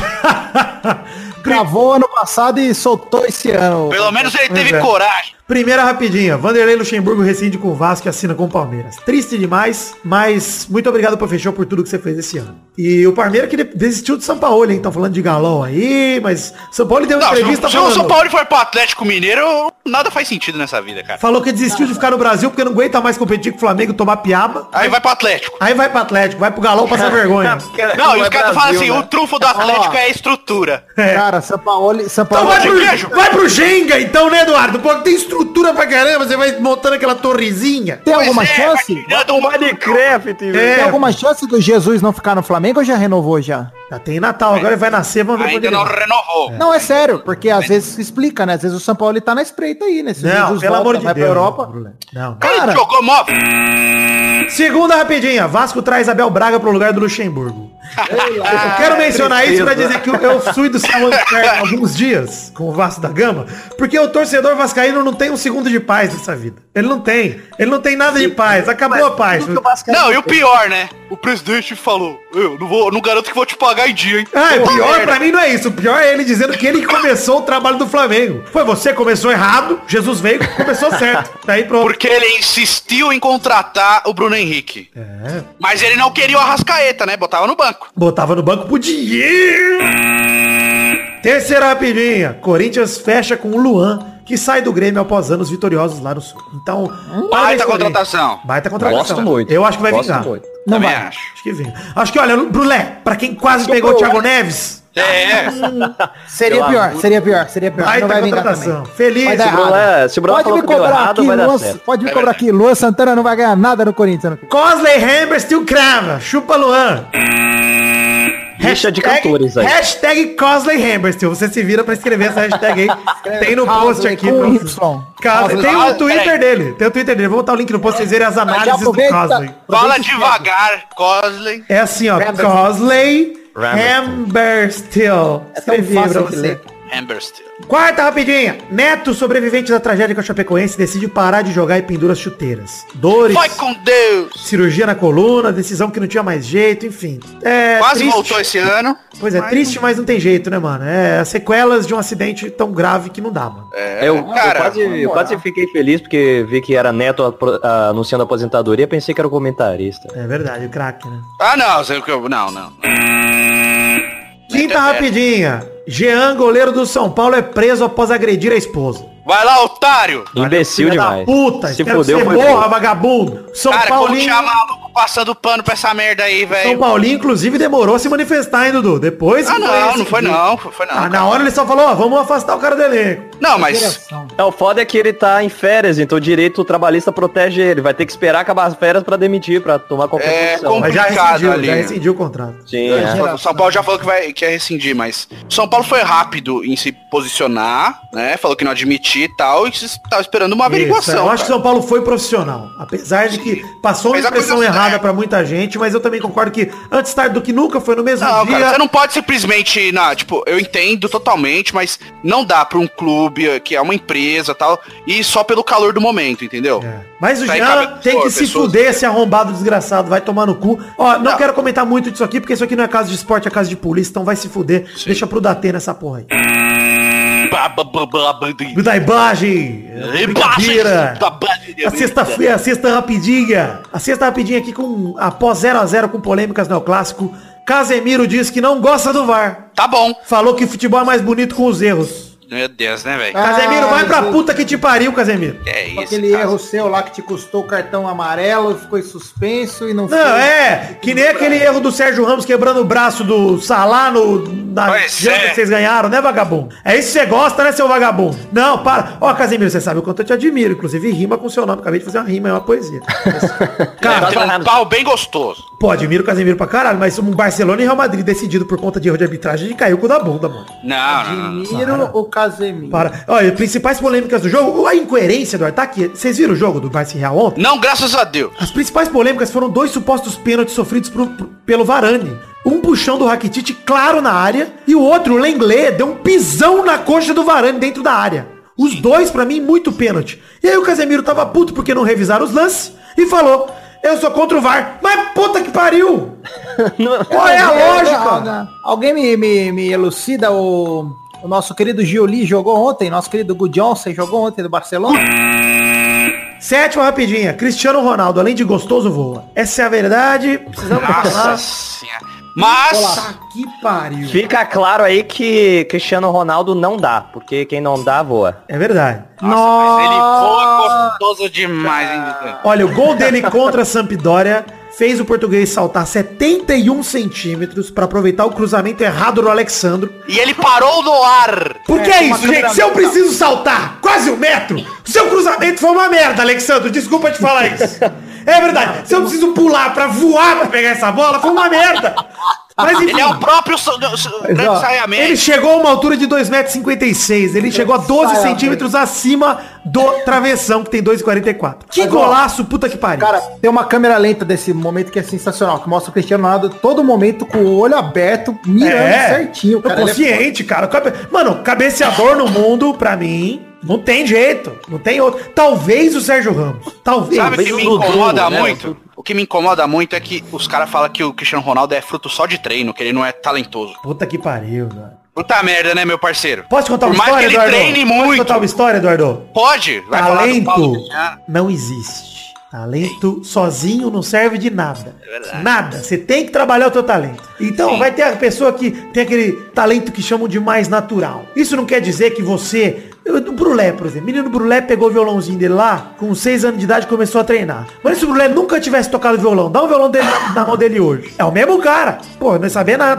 G: Gravou ano passado e soltou esse ano.
D: Pelo menos ele teve coragem.
C: Primeira rapidinha, Vanderlei Luxemburgo rescinde com o Vasco e assina com o Palmeiras. Triste demais, mas muito obrigado por fechar por tudo que você fez esse ano. E o Palmeiras que desistiu do São Paulo, hein? Estão falando de galão aí, mas São Paulo deu uma entrevista
D: falando... Se o São Paulo for pro Atlético Mineiro, nada faz sentido nessa vida, cara.
C: Falou que desistiu de ficar no Brasil porque não aguenta mais competir com o Flamengo, tomar piaba.
D: Aí vai pro Atlético.
C: Aí vai pro Atlético, vai pro galão passar vergonha.
D: Não, e os caras falam assim, o trunfo do Atlético é a estrutura.
G: Cara, São Paulo...
C: Então vai pro Jenga, então, né, Eduardo? Porque tem estrutura pra caramba, você vai montando aquela torrezinha.
G: Tem alguma chance?
B: O Minecraft,
G: Tem alguma chance do Jesus não ficar no Flamengo ou já renovou já?
C: Já tem Natal, agora ele vai nascer, vamos ver.
D: Ainda não renovou.
G: Não, é sério, porque às vezes explica, né? Às vezes o São Paulo ele tá na espreita aí, né? Se
C: não,
G: Jesus
C: pelo amor de
G: vai
C: Deus.
G: pra Europa.
C: Não.
D: Cara, jogou móvel.
C: Segunda rapidinha, Vasco traz Abel Braga pro lugar do Luxemburgo. Eu quero mencionar isso pra dizer que eu fui do céu alguns dias com o Vasco da Gama, porque o torcedor vascaíno não tem um segundo de paz nessa vida. Ele não tem nada de paz, acabou a paz.
D: Não, e o pior, né? O presidente falou, eu não garanto que vou te pagar em dia, hein?
C: O pior pra mim não é isso, o pior é ele dizendo que ele começou o trabalho do Flamengo. Foi você que começou errado, Jesus veio e começou certo. Daí pronto.
D: Porque ele insistiu em contratar o Bruno Henrique. Mas ele não queria o Arrascaeta, né? Botava no banco.
C: Botava no banco pro dinheiro. Terceira rapidinha. Corinthians fecha com o Luan, que sai do Grêmio após anos vitoriosos lá no Sul. Então,
D: baita contratação.
C: Baita contratação.
B: Gosto muito.
C: Eu acho que vai vingar.
D: Não vai.
C: Acho que vem. Acho que, olha, Brulé, pra quem quase pegou o Thiago Neves,
G: Seria pior.
C: Baita
G: Não vai vingar
C: contratação.
G: também.
C: Feliz.
G: Vai dar
B: Se o Bruno,
G: errado.
B: se o Bruno
G: Pode
B: falou
G: me
B: que deu
G: cobrar
B: errado,
G: aqui,
B: vai dar
G: Luan,
B: certo.
G: pode me cobrar aqui. Luan Santana não vai ganhar nada no Corinthians.
C: Cosley Hammerstill crava. Chupa Luan.
B: Rixa de cantores aí.
C: Hashtag Cosley Hammerstill. Você se vira pra escrever essa hashtag aí. Tem no post aqui.
G: Com
C: pra
G: Y.
C: você. Tem o Twitter
D: peraí.
C: dele. Tem o Twitter dele. Vou botar o link no post pra vocês verem as análises do
G: aproveita.
C: Cosley.
D: Fala devagar, Cosley.
C: É assim, ó.
G: Hammerstill.
C: Cosley
B: Hammerstill.
C: Hammerstill.
G: É tão
C: Escrevi
G: fácil
C: pra
G: de
C: você.
G: ler.
D: Hammerstill.
C: Quarta rapidinha. Neto, sobrevivente da tragédia com a Chapecoense, decide parar de jogar e pendura as chuteiras. Dores,
D: Vai com Deus.
C: cirurgia na coluna, decisão que não tinha mais jeito, enfim. É
D: Quase
C: triste.
D: voltou esse ano.
C: Pois é, triste, mas não tem jeito, né, mano? É as sequelas de um acidente tão grave que não dá, mano.
B: Eu quase fiquei feliz porque vi que era Neto anunciando a aposentadoria, pensei que era o comentarista.
C: É verdade, o craque, né?
D: Ah, não. Não.
C: Quinta rapidinha. Jean, goleiro do São Paulo, é preso após agredir a esposa.
D: Vai lá, otário.
B: Imbecil
C: Filha
B: demais.
C: da puta,
B: Se
C: espero
B: fudeu,
C: que
B: foi
C: você morra,
B: preso.
C: vagabundo. São
D: Cara, como
C: Paulinho...
D: tinha maluco passando pano pra essa merda aí,
C: São
D: velho.
C: Paulinho, inclusive, demorou a se manifestar, hein, Dudu? Depois...
D: Ah,
C: que
D: não foi não.
C: Ah, na hora ele só falou, ó, vamos afastar o cara do elenco.
D: Não, mas...
B: O foda é que ele tá em férias, então o direito trabalhista protege ele. Vai ter que esperar acabar as férias pra demitir, pra tomar qualquer
D: É
B: posição.
C: Mas já
D: complicado
C: rescindiu,
D: ali.
C: já rescindiu o contrato.
B: Sim, é.
D: O São Paulo já falou que quer rescindir, mas o São Paulo foi rápido em se posicionar, né? Falou que não admitia e tal, e tava esperando uma
C: Isso,
D: averiguação.
C: eu acho que o
D: cara.
C: São Paulo foi profissional. Apesar de que passou uma
D: Fez a
C: impressão
D: coisa
C: errada
D: certa.
C: pra muita gente, mas eu também concordo que antes tarde do que nunca foi no mesmo
D: Não,
C: dia.
D: cara, você não pode simplesmente, tipo, eu entendo totalmente, mas não dá pra um clube que é uma empresa e tal, e só pelo calor do momento, entendeu?
C: É. Mas o
D: Tá aí,
C: Jean
D: cabe-
C: tem
D: pô,
C: que se
D: pessoas-
C: fuder, esse arrombado desgraçado, vai tomar no cu. Ó, não
D: Não.
C: quero comentar muito disso aqui, porque isso aqui não é caso de esporte, é caso de polícia, então vai se fuder. Deixa pro Datena essa porra aí. Budaibagem! Brincadeira! A sexta rapidinha. A sexta rapidinha aqui com após 0-0 com polêmicas no clássico. Casemiro diz que não gosta do VAR.
D: Tá bom.
C: Falou que futebol é mais bonito com os erros.
D: Meu Deus, né, velho?
C: Casemiro, vai pra
G: gente.
C: puta que te pariu, Casemiro.
D: É isso,
G: Aquele
D: cara.
G: erro seu lá que te custou o cartão amarelo, ficou em suspenso e não
C: Não, é, que nem aquele erro do Sérgio Ramos quebrando o braço do Salah na
D: Pois
C: janta
D: é.
C: que vocês ganharam, né, vagabundo? É isso que você gosta, né, seu vagabundo? Não, para. Ó, Casemiro, você sabe o quanto eu te admiro, inclusive rima com o seu nome. Acabei de fazer uma rima, é uma poesia. Cara,
D: Tem um pau bem gostoso.
C: pô, admiro o Casemiro pra caralho, mas um Barcelona e Real Madrid decidido por conta de erro de arbitragem, ele caiu com o da bunda, mano.
D: Não.
G: Admiro o Casemiro.
C: Para. Olha, principais polêmicas do jogo, a incoerência do ataque. Vocês viram o jogo do Barça e Real ontem?
D: Não, graças a Deus.
C: As principais polêmicas foram dois supostos pênaltis sofridos pelo Varane. Um puxão do Rakitic claro na área e o outro, o Lenglet, deu um pisão na coxa do Varane dentro da área. Os dois, pra mim, muito pênalti. E aí o Casemiro tava puto porque não revisaram os lances e falou, eu sou contra o VAR. Mas puta que pariu! Qual é a lógica?
G: Alguém me elucida o nosso querido Gioli jogou ontem, nosso querido Gudjonsen jogou ontem do Barcelona.
C: Sétima rapidinha. Cristiano Ronaldo, além de gostoso, voa. Essa é a verdade. Precisamos falar.
D: Nossa senhora. Mas...
C: Puta que pariu.
B: Fica claro aí que Cristiano Ronaldo não dá, porque quem não dá, voa.
C: É verdade.
D: Nossa, mas ele voa gostoso demais, hein?
C: Olha, o gol dele contra a Sampdoria fez o português saltar 71 centímetros pra aproveitar o cruzamento errado do Alexandro.
D: E ele parou no ar.
C: Porque é isso, gente. Se eu preciso saltar quase 1 metro, o seu cruzamento foi uma merda, Alexandro. Desculpa te falar isso. É verdade. Se eu preciso pular pra voar pra pegar essa bola, foi uma merda. Mas enfim,
D: Ele é o próprio grande saneamento.
C: ele chegou a uma altura de 2,56 m. Ele chegou a 12 centímetros acima do travessão, que tem 2,44. Que
G: Mas, ó,
C: golaço, puta que pariu.
G: Cara, tem uma câmera lenta desse momento que é sensacional, que mostra o Cristiano Ronaldo todo momento com o olho aberto, mirando certinho.
C: Cara,
G: Ele é
C: consciente, cara. Mano, cabeceador no mundo, pra mim, não tem jeito. Não tem outro. Talvez o Sérgio Ramos. Talvez.
D: Sabe o que me
B: o Dudu,
D: incomoda
B: né?
D: muito? O que me incomoda muito é que os caras falam que o Cristiano Ronaldo é fruto só de treino, que ele não é talentoso.
C: Puta que pariu, velho.
D: Puta merda, né, meu parceiro?
C: Posso te contar
D: Por
C: uma
D: mais
C: história,
D: que ele
C: Eduardo?
D: treine
C: Posso
D: muito.
C: contar uma história, Eduardo?
D: Pode. Vai falar do Paulo
C: Talento
D: Guimarães.
C: não existe. Talento sozinho não serve de nada.
D: É verdade.
C: Nada. Você tem que trabalhar o teu talento. Então
D: Sim.
C: vai ter a pessoa que tem aquele talento que chamam de mais natural. Isso não quer dizer que você... O Brulé, por exemplo. O menino Brulé pegou o violãozinho dele lá, com 6 anos de idade começou a treinar. Mas se o Brulé nunca tivesse tocado violão, dá um violão dele na mão dele hoje. É o mesmo cara. Pô, não ia saber nada.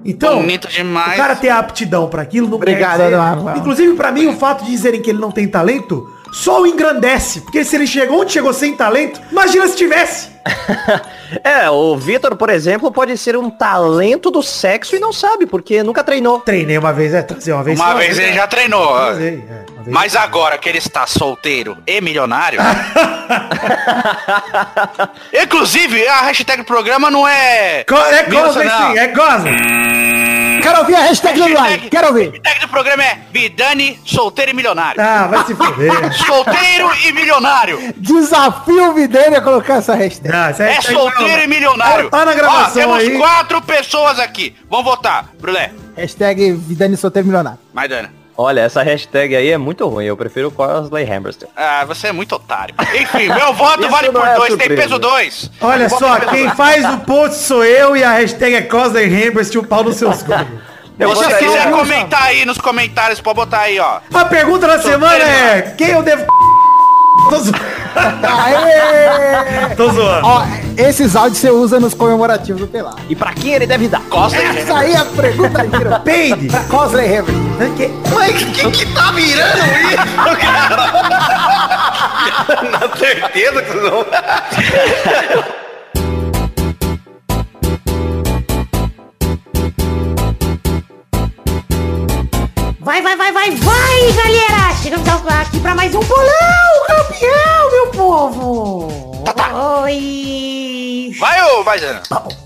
C: Então,
D: bonito demais.
C: o cara ter aptidão pra aquilo não
G: Obrigado,
C: quer dizer...
G: Eduardo.
C: Inclusive, pra mim, o fato de dizerem que ele não tem talento só o engrandece. Porque se ele chegou onde chegou sem talento, imagina se tivesse.
B: O Vitor, por exemplo, pode ser um talento do sexo e não sabe, porque nunca treinou.
C: Treinei uma vez, trazer uma vez.
D: Uma vez ele já treinou.
C: Trazei, uma vez.
D: Mas agora que ele está solteiro e milionário... Inclusive, a hashtag do programa não é...
C: É Cosma,
D: não.
C: sim, é Cosma.
G: Quero ouvir a hashtag do like. Quero ouvir.
D: A hashtag do programa é Vidani, solteiro e milionário.
C: Ah, vai se foder.
D: Solteiro e milionário.
G: Desafio o Vidani a colocar essa hashtag.
C: Ah, essa
D: É
C: hashtag
D: solteiro
C: não-
D: e milionário.
C: Tá na gravação
D: temos
C: aí.
D: 4 pessoas aqui. Vamos votar. Brulé.
G: Hashtag Vidani solteiro milionário.
D: Maidana.
B: Olha, essa hashtag aí é muito ruim. Eu prefiro o Cosley Hammerstein.
D: Ah, você é muito otário. Enfim, meu voto
B: Isso
D: vale
B: não
D: por
B: é
D: 2, tem
B: surpresa.
D: peso 2.
C: Olha só, quem faz o post sou eu e a hashtag é Cosley Hammerstein, o pau nos seus golos.
B: Eu
D: Se você
B: votaria-
D: quiser comentar aí nos comentários, pode botar aí, ó.
C: A pergunta da semana é, quem eu devo... Tô zoando.
G: Aê!
C: Tô zoando.
G: Ó, esses áudios você usa nos comemorativos do Pelado.
B: E pra quem ele deve dar?
D: Costa
G: Essa aí é a pergunta gira.
C: Peide.
G: Cosley Hamilton.
D: Mas que tá virando isso, cara? Na certeza que não.
H: Vai, galera! Chegamos aqui pra mais um bolão, campeão, meu povo! Oi!
D: Vai, ô, vai, Zana.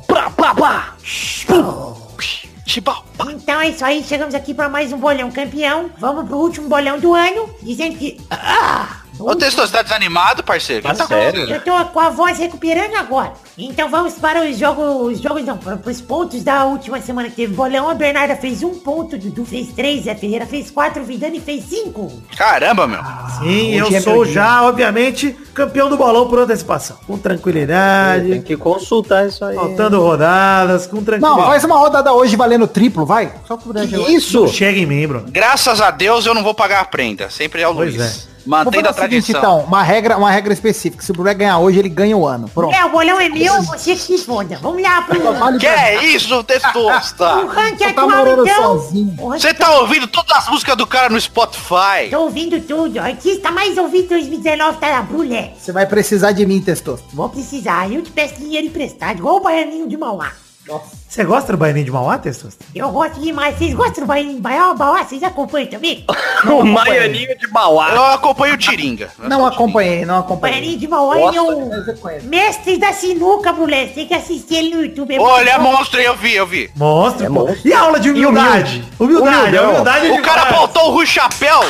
D: Chibau.
H: Então é isso aí, chegamos aqui pra mais um bolão campeão. Vamos pro último bolão do ano, dizendo que...
D: Ô, Testoso, você tá desanimado, parceiro?
B: Tá sério?
H: Eu tô com a voz recuperando agora. Então vamos para os jogos não, para os pontos da última semana que teve bolão. A Bernarda fez 1 ponto, Dudu fez 3, Zé Ferreira fez 4, Vidani fez 5.
D: Caramba, meu.
C: Sim, eu
G: hoje é
C: sou
G: meu dia.
C: já, obviamente, campeão do bolão por antecipação. Com
B: Tem
C: tranquilidade,
B: que consultar isso aí.
C: faltando rodadas, com
G: Não,
C: tranquilidade.
G: faz uma rodada hoje valendo triplo, vai. Só por
B: Isso!
C: Chega em mim, Bruno.
D: Graças a Deus eu não vou pagar a prenda. Sempre é o
C: Pois
D: Luiz.
G: Vamos
D: Mantendo a
G: fazer o seguinte,
D: tradição.
G: então, uma regra específica. Se o Brulé ganhar hoje, ele ganha o ano. Pronto.
H: O bolão é meu, você que se foda. Vamos lá pro...
G: Vale
D: Que é isso, Testosta?
H: O ranking
G: Você tá
H: atual,
G: morando
H: então.
G: sozinho.
H: O ranking
D: Você tá ouvindo todas as músicas do cara no Spotify?
H: Tô ouvindo tudo. O artista mais ouvido em 2019 tá na Brulé.
G: Você vai precisar de mim, Testoso.
H: Vou precisar. Eu te peço dinheiro emprestado, igual o Baianinho de Mauá.
C: Você gosta do Baianinho de Mauá, Testoso?
H: Eu gosto demais. Vocês gostam do Baianinho de Mauá? Vocês acompanham também?
B: O Maianinho de Mauá.
D: Eu acompanho o Tiringa.
G: Não acompanhei.
H: O Baianinho de Mauá, ele é o mestre da sinuca, moleque. Tem que assistir ele no YouTube.
D: Olha, monstro, eu vi.
C: Monstro, pô.
B: monstro.
C: E a aula de humildade? Humildade,
B: Humildão.
C: humildade é
D: O cara
C: demais.
D: botou o Rui Chapéu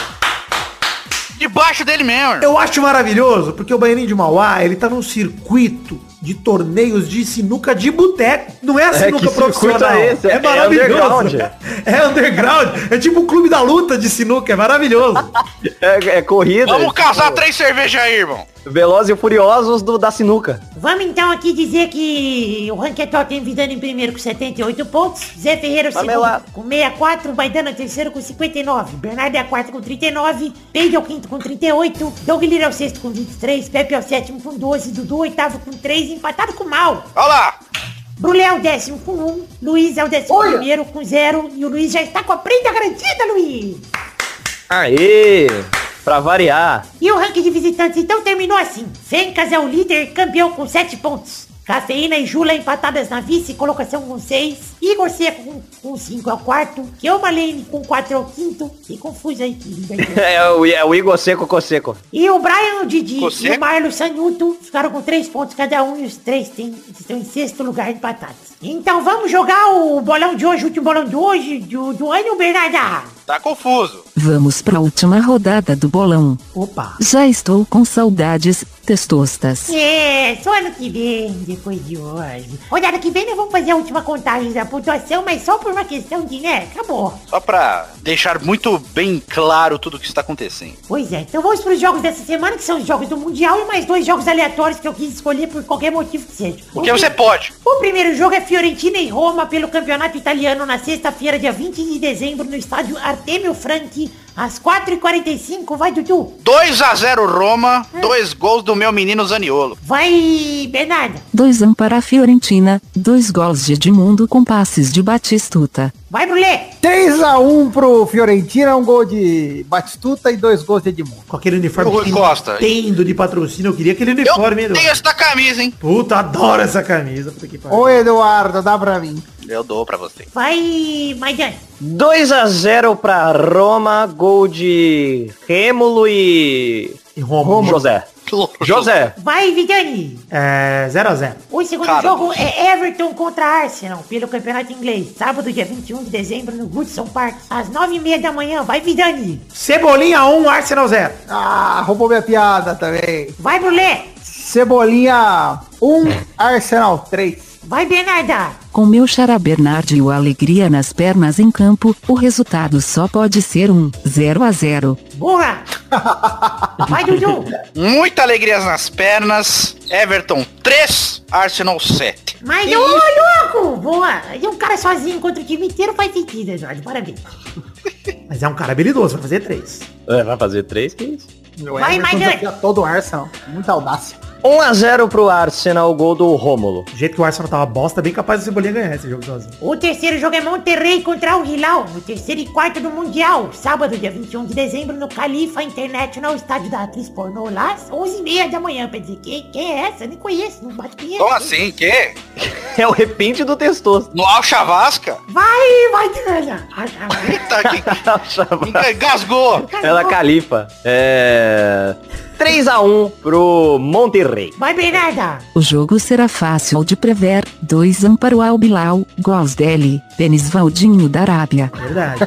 D: debaixo dele mesmo.
C: Eu acho maravilhoso, porque o Baianinho de Mauá, ele tá num circuito de torneios de sinuca de boteco. Não é a sinuca
B: que circuito
C: profissional.
B: é esse? É
C: maravilhoso.
B: underground.
C: É underground. É tipo o clube da luta de sinuca. É maravilhoso.
B: É corrida.
D: Vamos casar 3 cervejas aí, irmão.
B: Velozes e Furiosos da sinuca.
H: Vamos então aqui dizer que o ranking atual tem Vidani em primeiro com 78 pontos, Zé Ferreira o segundo
B: melado.
H: com 64, Baidana terceiro com 59, Bernardo é a quarta com 39, Peide é o quinto com 38, Doug Lira é o sexto com 23, Pepe é o sétimo com 12, Dudu o oitavo com 3, empatado com Mal.
D: Olha lá.
H: Brulé é o décimo com 1, Luiz é o décimo primeiro com 0 e o Luiz já está com a prenda garantida, Luiz.
B: Aê! Pra variar.
H: E o ranking de visitantes então terminou assim. Fencas é o líder, campeão com 7 pontos. Cafeína e Jula empatadas na vice, colocação com 6. Igor Seco com 5 é o quarto. Kioma Lane com 4 é o quinto. Que confuso aí, que
B: É o Igor Seco Coseco.
H: E o Brian, o Didi
D: Você?
H: e o Marlo Sanuto ficaram com 3 pontos cada um. E os 3 estão em sexto lugar empatados. Então vamos jogar o bolão de hoje, o último bolão de hoje, do ano, Bernarda.
D: Tá confuso.
I: Vamos pra última rodada do bolão.
C: Opa.
I: Já estou com saudades, testostas.
H: É, só ano que vem, depois de hoje. Rodada que vem nós vamos fazer a última contagem da pontuação, mas só por uma questão de, né, acabou.
D: Só pra deixar muito bem claro tudo o que está acontecendo.
H: Pois é, então vamos pros jogos dessa semana, que são os jogos do Mundial, e mais 2 jogos aleatórios que eu quis escolher por qualquer motivo que seja.
D: Porque você pode.
H: O primeiro jogo é Fiorentina e Roma pelo Campeonato Italiano na sexta-feira, dia 20 de dezembro, no estádio Artemio Franchi, Às 4h45, vai, Dudu.
D: 2-0 Roma, 2 gols do meu menino Zaniolo.
H: Vai, Bernardo.
I: 2-1 para a Fiorentina, 2 gols de Edmundo com passes de Batistuta.
H: Vai, Brulé.
G: 3-1 pro Fiorentina, um gol de Batistuta e 2 gols de Edmundo.
C: Com aquele uniforme
D: Rui Costa.
C: tendo de patrocínio, eu queria aquele uniforme.
D: Eu tenho essa camisa, hein?
C: Puta, adoro essa camisa. Puta que pariu.
G: Ô, Eduardo, dá pra mim.
D: Eu dou pra você.
H: Vai, Maidana.
B: 2-0 pra Roma, gol de Rêmulo e
C: Romulo.
B: José. José.
H: Vai, Vidani.
C: 0-0.
H: O segundo
D: Cara,
H: jogo é Everton contra Arsenal, pelo Campeonato Inglês. Sábado, dia 21 de dezembro, no Goodson Park. Às 9h30 da manhã. Vai, Vidani.
C: Cebolinha 1, Arsenal 0.
G: Ah, roubou minha piada também.
H: Vai, Brulé.
G: Cebolinha 1, Arsenal 3.
H: Vai, Bernarda.
I: Com meu xará Bernardo e o alegria nas pernas em campo, o resultado só pode ser 0-0.
H: Boa. Vai, Dudu.
D: Muita alegria nas pernas. Everton 3, Arsenal 7.
H: Mas, ô, louco. Boa. E um cara sozinho contra o time inteiro faz sentido, Eduardo. Parabéns.
C: Mas é um cara habilidoso, vai fazer 3.
B: Vai fazer 3, que isso?
H: Vai, Maidana.
G: Todo o Arsenal. Muita audácia.
B: 1-0 pro Arsenal, gol do Rômulo.
C: Do jeito que o Arsenal tava bosta, bem capaz do Cebolinha ganhar esse jogo sozinho.
H: O terceiro jogo é Monterrey contra o Hilal, no terceiro e quarto do Mundial. Sábado, dia 21 de dezembro, no Califa International, estádio da atriz pornô, lá às 11h30 da manhã. Pra dizer, quem é essa? Eu nem conheço, não bate pinheiro.
D: Como assim? Que?
B: É o repente do Testoso.
D: No Alchavasca?
H: Vai, Dana.
D: Eita, que gasgou.
B: Ela Califa. 3-1 pro Monterrey.
H: Vai, Bernarda.
I: O jogo será fácil de prever, 2-1 para o Al-Bilal, gols dele, Penis Valdinho da Arábia.
C: Verdade.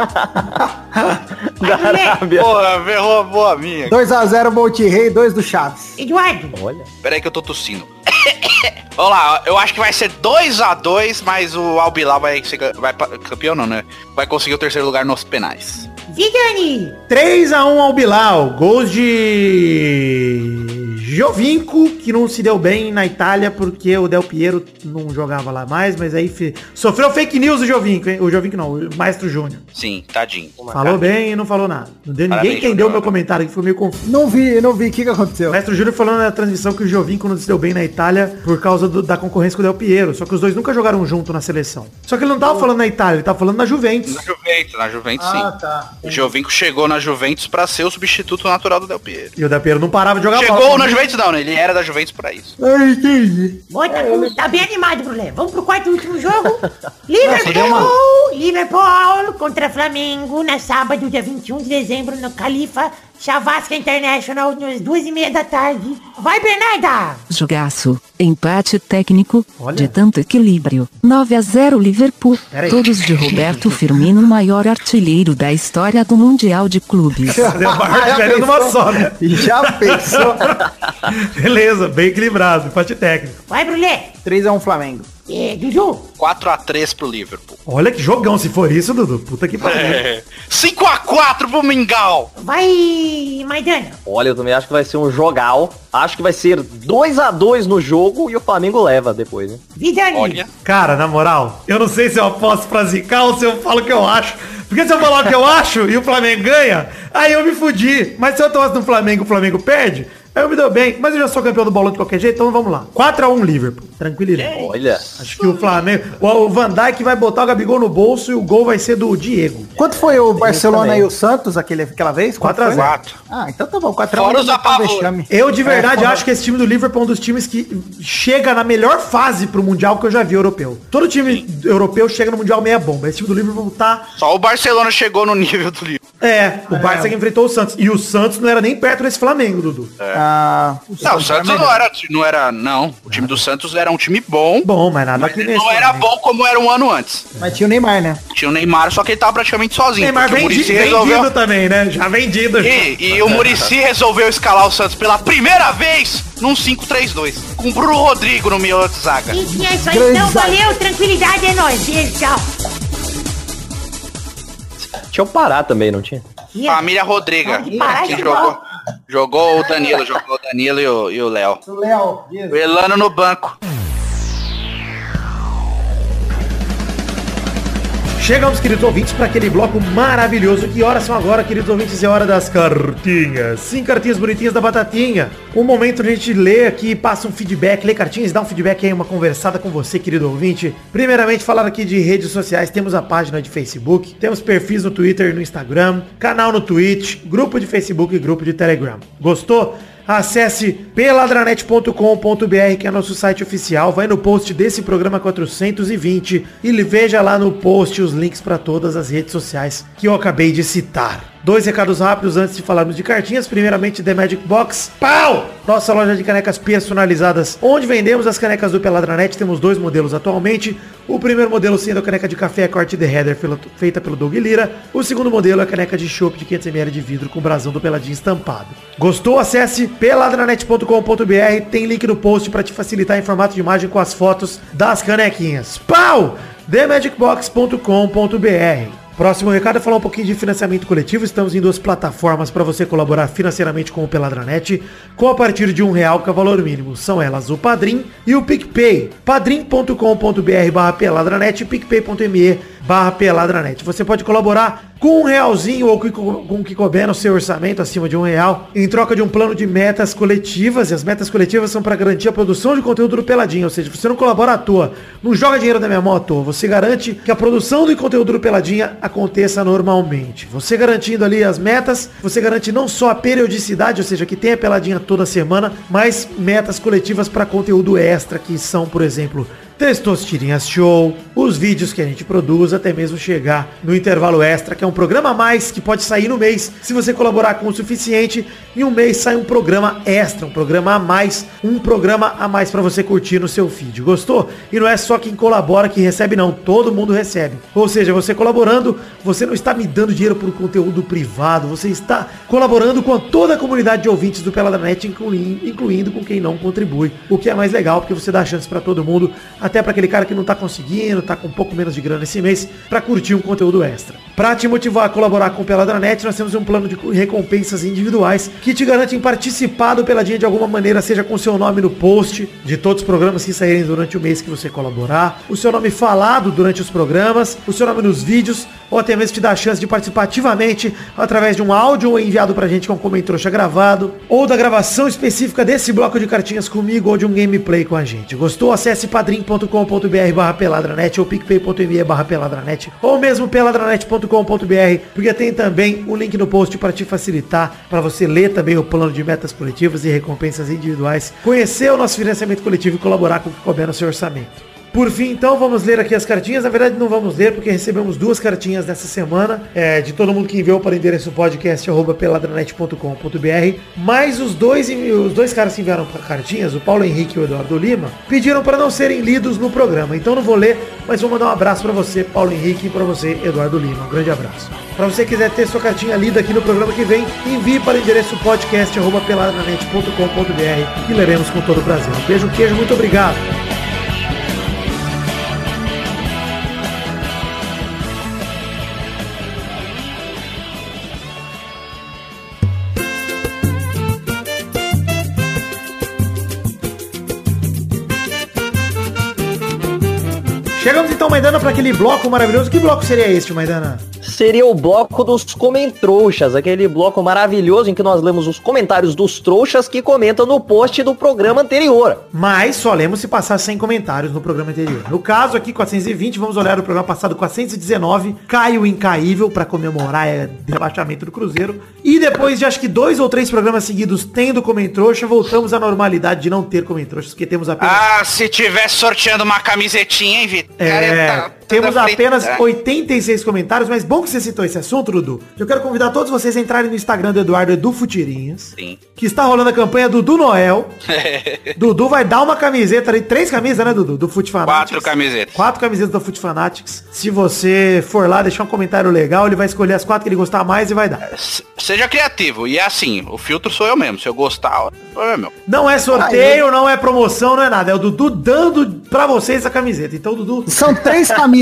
B: Da Arábia.
D: Porra, roubou a minha.
G: 2-0 Monterrey, 2 do Chaves.
H: Eduardo.
B: Olha.
D: Pera aí que eu tô tossindo. Vamos lá, eu acho que vai ser 2-2, mas o Al-Bilal vai campeão não, né? Vai conseguir o terceiro lugar nos penais.
H: Vidani.
C: 3-1 ao Bilal. Gols de Giovinco, que não se deu bem na Itália porque o Del Piero não jogava lá mais, mas aí sofreu fake news o Giovinco, hein? O Giovinco não, o Maestro Júnior.
D: Sim, tadinho.
C: Falou bem e não falou nada. Ninguém
D: Parabéns,
C: entendeu o meu
D: Júnior.
C: comentário, que foi meio confuso.
G: Não vi. O que aconteceu?
C: O Maestro Júnior falando na transmissão que o Giovinco não se deu bem na Itália por causa da concorrência com o Del Piero. Só que os dois nunca jogaram junto na seleção. Só que ele não tava falando na Itália, ele tava falando na Juventus.
D: Na Juventus sim.
G: Tá.
D: O Giovinco chegou na Juventus pra ser o substituto natural do Del Piero.
C: E o Del Piero não parava de jogar
D: Chegou
C: bola.
D: na Juventus não, né? Ele era da Juventus pra isso.
H: Bom, tá bem animado, Brulé. Vamos pro quarto e último jogo. Liverpool contra Flamengo, na sábado, dia 21 de dezembro, no Califa Chavasca International, às 2h30 da tarde. Vai, Bernarda!
I: Jogaço, empate técnico,
C: Olha.
I: de tanto equilíbrio, 9-0 Liverpool,
C: Peraí.
I: todos de Roberto Firmino, maior artilheiro da história do Mundial de Clubes.
C: Deu uma diferença numa só, né?
G: Já pensou?
C: Beleza, bem equilibrado, empate técnico.
H: Vai, Brulé!
G: 3-1 Flamengo.
H: Dudu!
D: 4-3 pro Liverpool.
C: Olha que jogão, se for isso, Dudu. Puta que pariu.
D: 5-4 pro Mingau.
H: Vai, Maidana!
B: Olha, eu também acho que vai ser um jogal. Acho que vai ser 2-2 no jogo e o Flamengo leva depois, né?
H: Vidani!
D: Olha.
C: Cara, na moral, eu não sei se eu aposto pra zicar ou se eu falo o que eu acho. Porque se eu falar o que eu acho e o Flamengo ganha, aí eu me fudi. Mas se eu torço no Flamengo e o Flamengo perde, aí eu me dou bem. Mas eu já sou campeão do bolão de qualquer jeito, então vamos lá. 4-1 Liverpool. Tranquilidade.
B: Olha.
C: Acho que o Flamengo... O Van Dijk vai botar o Gabigol no bolso e o gol vai ser do Diego.
G: Quanto foi o Barcelona
B: também.
G: e o Santos aquela vez?
C: 4-0.
D: 4.
G: Ah, então tá bom. 4-1.
D: Fora os apavoros.
G: vexame.
C: Eu de verdade
G: fora-
C: acho que esse time do Liverpool é um dos times que chega na melhor fase pro Mundial que eu já vi europeu. Todo time europeu chega no Mundial meia bomba. Esse time do Liverpool tá...
D: Só o Barcelona chegou no nível do Liverpool.
C: O Barça que enfrentou o Santos. E o Santos não era nem perto desse Flamengo, Dudu.
G: Ah,
D: Não, o Santos não. O time do Santos era um time bom.
C: Bom, mas nada que nesse
D: Não era
C: Flamengo.
D: bom como era um ano antes.
G: mas tinha o Neymar, né?
D: Tinha o Neymar, só que ele tava praticamente sozinho.
C: Neymar
D: porque o Muricy
C: vendido também, né? Já vendido.
D: E o Muricy resolveu escalar o Santos pela primeira vez num 5-3-2. Com o Bruno Rodrigo no meio de zaga.
H: E é isso aí,
G: Grande
H: então.
G: zaga.
H: Valeu, tranquilidade, é nóis. Beijo, tchau.
B: Tinha o Pará também, não tinha?
D: Família Rodriga.
H: Pode parar
D: Que
H: de
D: jogou o Danilo e o Léo.
G: O Léo.
D: O Elano no banco.
C: Chegamos, queridos ouvintes, para aquele bloco maravilhoso. Que horas são agora, queridos ouvintes? É hora das cartinhas. Sim, cartinhas bonitinhas da Batatinha. Um momento a gente lê aqui, passa um feedback, lê cartinhas, dá um feedback aí, uma conversada com você, querido ouvinte. Primeiramente, falar aqui de redes sociais. Temos a página de Facebook, temos perfis no Twitter e no Instagram, canal no Twitch, grupo de Facebook e grupo de Telegram. Gostou? Acesse peladranet.com.br, que é nosso site oficial. Vai no post desse programa 420 e veja lá no post os links para todas as redes sociais que eu acabei de citar. 2 recados rápidos antes de falarmos de cartinhas. Primeiramente, The Magic Box. Pau! Nossa loja de canecas personalizadas, onde vendemos as canecas do Peladranet. Temos 2 modelos atualmente. O primeiro modelo sendo a caneca de café corte The Header, feita pelo Doug Lira. O segundo modelo é a caneca de chopp de 500ml de vidro com brasão do Peladinho estampado. Gostou? Acesse peladranet.com.br. Tem link no post para te facilitar em formato de imagem com as fotos das canequinhas. Pau! TheMagicBox.com.br. Próximo recado é falar um pouquinho de financiamento coletivo. Estamos em 2 plataformas para você colaborar financeiramente com o Peladranet, com a partir de R$1 que é o valor mínimo. São elas o Padrim e o PicPay. padrim.com.br/peladranet e picpay.me/peladranet. Você pode colaborar com R$1 ou com o que couber no seu orçamento acima de R$1, em troca de um plano de metas coletivas. E as metas coletivas são para garantir a produção de conteúdo do Peladinho. Ou seja, você não colabora à toa, não joga dinheiro da minha mão à toa. Você garante que a produção do conteúdo do Peladinha aconteça normalmente. Você garantindo ali as metas, você garante não só a periodicidade, ou seja, que tenha Peladinha toda semana, mas metas coletivas para conteúdo extra, que são, por exemplo, Testosterinhas Show, os vídeos que a gente produz, até mesmo chegar no intervalo extra, que é um programa a mais que pode sair no mês. Se você colaborar com o suficiente, em um mês sai um programa extra, um programa a mais para você curtir no seu feed. Gostou? E não é só quem colabora que recebe não, todo mundo recebe. Ou seja, você colaborando, você não está me dando dinheiro por conteúdo privado, você está colaborando com toda a comunidade de ouvintes do Peladranet, incluindo com quem não contribui. O que é mais legal, porque você dá chance para todo mundo, até para aquele cara que não tá conseguindo, tá com um pouco menos de grana esse mês, para curtir um conteúdo extra. Para te motivar a colaborar com o Peladranet, nós temos um plano de recompensas individuais que te garantem participar do Peladinha de alguma maneira, seja com seu nome no post de todos os programas que saírem durante o mês que você colaborar, o seu nome falado durante os programas, o seu nome nos vídeos, ou até mesmo te dar a chance de participar ativamente através de um áudio enviado pra gente com um Comentrouxa gravado, ou da gravação específica desse bloco de cartinhas comigo, ou de um gameplay com a gente. Gostou? Acesse padrim.com.br/peladranet ou picpay.me/peladranet ou mesmo peladranet.com.br, porque tem também um link no post para te facilitar, para você ler também o plano de metas coletivas e recompensas individuais, conhecer o nosso financiamento coletivo e colaborar com o que couber no seu orçamento. Por fim, então, vamos ler aqui as cartinhas. Na verdade, não vamos ler, porque recebemos 2 cartinhas nessa semana, de todo mundo que enviou para o endereço podcast@peladranet.com.br. Mas os dois caras que enviaram cartinhas, o Paulo Henrique e o Eduardo Lima, pediram para não serem lidos no programa. Então não vou ler, mas vou mandar um abraço para você, Paulo Henrique, e para você, Eduardo Lima. Um grande abraço. Para você que quiser ter sua cartinha lida aqui no programa que vem, envie para o endereço podcast@peladranet.com.br, que leremos com todo prazer. Um beijo, queijo, muito obrigado. Chegamos então, Maidana, para aquele bloco maravilhoso. Que bloco seria este, Maidana?
B: Seria o bloco dos Comentrouxas, aquele bloco maravilhoso em que nós lemos os comentários dos trouxas que comentam no post do programa anterior.
C: Mas só lemos se passar 100 comentários no programa anterior. No caso aqui, 420, vamos olhar o programa passado, 419, Caio Incaível, para comemorar o rebaixamento do Cruzeiro. E depois de acho que 2 ou 3 programas seguidos tendo Comentrouxa, voltamos à normalidade de não ter Comentrouxas, porque temos apenas...
D: Ah, se tivesse sorteando uma camisetinha, hein, Vitor?
C: Temos apenas 86 comentários, mas bom que você citou esse assunto, Dudu. Eu quero convidar todos vocês a entrarem no Instagram do Eduardo, Edu Futirinhas.
D: Sim.
C: Que está rolando a campanha Dudu Noel. Dudu vai dar uma camiseta ali, 3 camisas, né, Dudu? Do Fute Fanatics.
D: 4 camisetas.
C: 4 camisetas do Fute Fanatics. Se você for lá deixar um comentário legal, ele vai escolher as 4 que ele gostar mais e vai dar.
D: Seja criativo. E é assim, o filtro sou eu mesmo. Se eu gostar, é meu.
C: Não é sorteio, não é promoção, não é nada. É o Dudu dando pra vocês a camiseta. Então, Dudu...
G: São 3 camisas.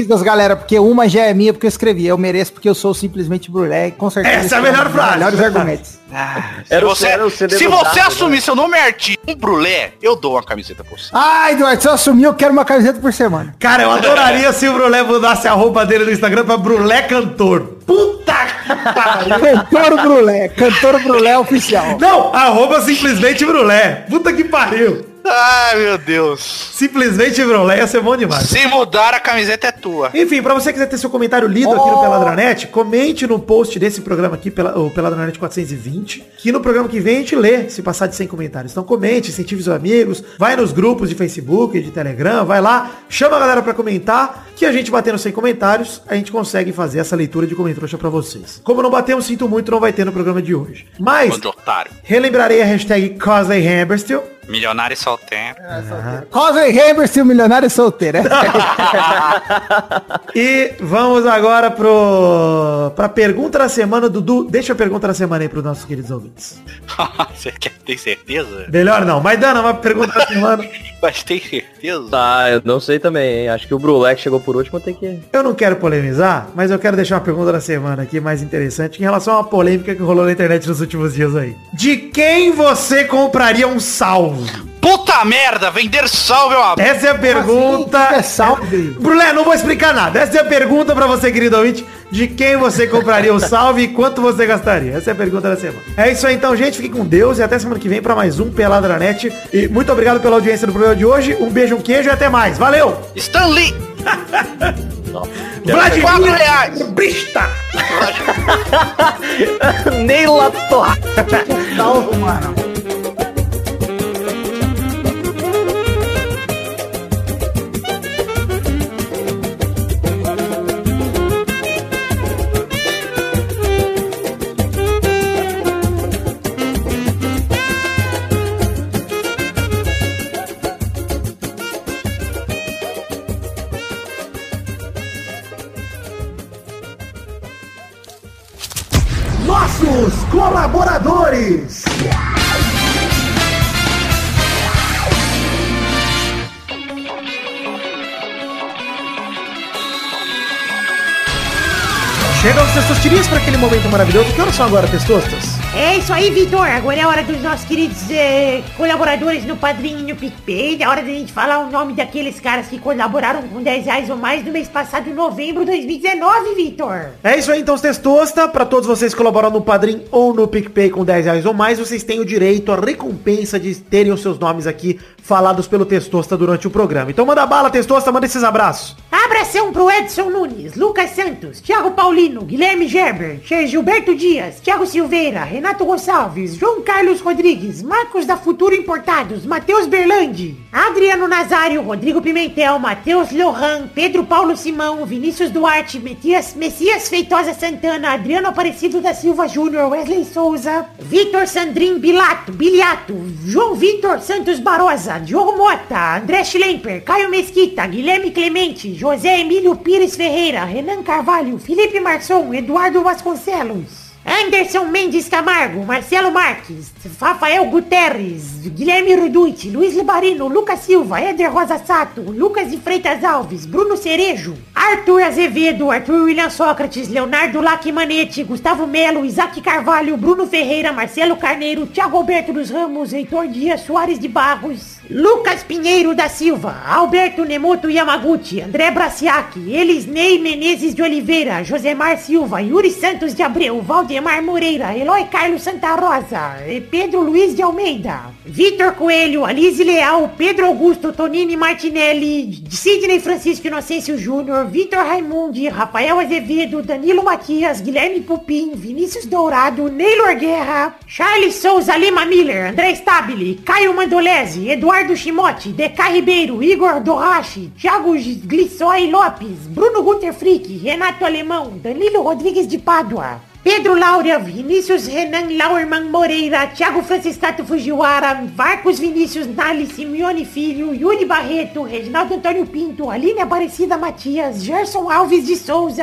G: camisas, galera, porque uma já é minha porque eu escrevi. Eu mereço porque eu sou simplesmente Brulé. Com certeza.
C: Essa é a melhor frase.
G: Melhores argumentos.
D: Se você assumir seu nome artístico, um Brulé, eu dou uma camiseta por você.
G: Ai, Eduardo, se eu assumir, eu quero uma camiseta por semana.
C: Cara, eu adoraria se o Brulé mudasse a roupa dele no Instagram pra Brulé Cantor. Puta que pariu.
G: Cantor Brulé oficial.
C: Não, arroba simplesmente Brulé. Puta que pariu.
D: Ai, meu Deus.
C: Simplesmente Brulé ia ser bom demais.
D: Se mudar, a camiseta é tua.
C: Enfim, pra você que quiser ter seu comentário lido aqui no Peladranet, comente no post desse programa aqui, o Peladranet 420, que no programa que vem a gente lê, se passar de 100 comentários. Então comente, incentive seus amigos, vai nos grupos de Facebook, de Telegram, vai lá, chama a galera pra comentar, que a gente batendo 100 comentários, a gente consegue fazer essa leitura de Comentrouxa pra vocês. Como não batemos, sinto muito, não vai ter no programa de hoje. Mas, relembrarei a hashtag Cosley Hamberstill.
D: Milionário solteiro.
G: Cosley Hamberstill, milionário solteiro.
C: E vamos agora pra pergunta da semana, Dudu. Deixa a pergunta da semana aí pros nossos queridos ouvintes.
D: Você quer ter certeza?
C: Melhor não, mas Dana, uma pergunta da semana.
D: Mas tem certeza?
B: Tá, eu não sei também, hein? Acho que o Brulé que chegou por último tem que...
C: Eu não quero polemizar, mas eu quero deixar uma pergunta da semana aqui mais interessante em relação a uma polêmica que rolou na internet nos últimos dias aí. De quem você compraria um salve?
D: Puta merda, vender salve é uma...
C: Essa é a pergunta...
G: Assim, é salve?
C: Brulé, não vou explicar nada. Essa é a pergunta pra você, querido ouvinte. De quem você compraria o salve e quanto você gastaria? Essa é a pergunta da semana. É isso aí então, gente. Fique com Deus e até semana que vem pra mais um Peladranet. E muito obrigado pela audiência do programa de hoje. Um beijo, um queijo e até mais. Valeu!
D: Stanley!
C: Vladimir
D: R$4.
C: Brista!
B: Neila Torra!
G: Salve, mano.
C: Nossos colaboradores. Chegam os testosterinhas para aquele momento maravilhoso. Que horas são agora, testostas?
H: É isso aí, Vitor. Agora é a hora dos nossos queridos colaboradores no Padrinho e no PicPay. É hora da gente falar o nome daqueles caras que colaboraram com R$10 ou mais no mês passado, em novembro de 2019, Vitor.
C: É isso aí, então, os testosta. Para todos vocês que colaboram no Padrim ou no PicPay com R$10 ou mais, vocês têm o direito à recompensa de terem os seus nomes aqui falados pelo Testosta durante o programa. Então manda bala, Testosta, manda esses abraços.
H: Abração pro Edson Nunes, Lucas Santos, Thiago Paulino, Guilherme Gerber, Gilberto Dias, Thiago Silveira, Renato Gonçalves, João Carlos Rodrigues, Marcos da Futuro Importados, Matheus Berlandi, Adriano Nazário, Rodrigo Pimentel, Matheus Lohan, Pedro Paulo Simão, Vinícius Duarte, Messias Feitosa Santana, Adriano Aparecido da Silva Júnior, Wesley Souza, Vitor Sandrin Biliato, João Vitor Santos Barosa, Diogo Mota, André Schlemper, Caio Mesquita, Guilherme Clemente, José Emílio Pires Ferreira, Renan Carvalho, Felipe Marçom, Eduardo Vasconcelos, Anderson Mendes Camargo, Marcelo Marques, Rafael Guterres, Guilherme Ruduit, Luiz Libarino, Lucas Silva, Éder Rosa Sato, Lucas de Freitas Alves, Bruno Cerejo, Arthur Azevedo, Arthur William Sócrates, Leonardo Lacmanete, Gustavo Melo, Isaac Carvalho, Bruno Ferreira, Marcelo Carneiro, Thiago Alberto dos Ramos, Heitor Dias Soares de Barros, Lucas Pinheiro da Silva, Alberto Nemoto Yamaguchi, André Braciac, Elisnei Menezes de Oliveira, Josemar Silva, Yuri Santos de Abreu, Valdemar Moreira, Eloy Carlos Santa Rosa, Pedro Luiz de Almeida, Vitor Coelho, Alice Leal, Pedro Augusto, Tonini Martinelli, Sidney Francisco Inocêncio Júnior, Vitor Raimundi, Rafael Azevedo, Danilo Matias, Guilherme Pupim, Vinícius Dourado, Neylor Guerra, Charles Souza Lima Miller, André Stabile, Caio Mandolese, Eduardo Chimote, Deca Ribeiro, Igor Dorrache, Thiago Glissói Lopes, Bruno Guter Frick, Renato Alemão, Danilo Rodrigues de Pádua, Pedro Laura, Vinícius Renan Lauerman Moreira, Thiago Franciscato Fujiwara, Marcos Vinícius Nali, Simeone Filho, Yuri Barreto, Reginaldo Antônio Pinto, Aline Aparecida Matias, Gerson Alves de Souza,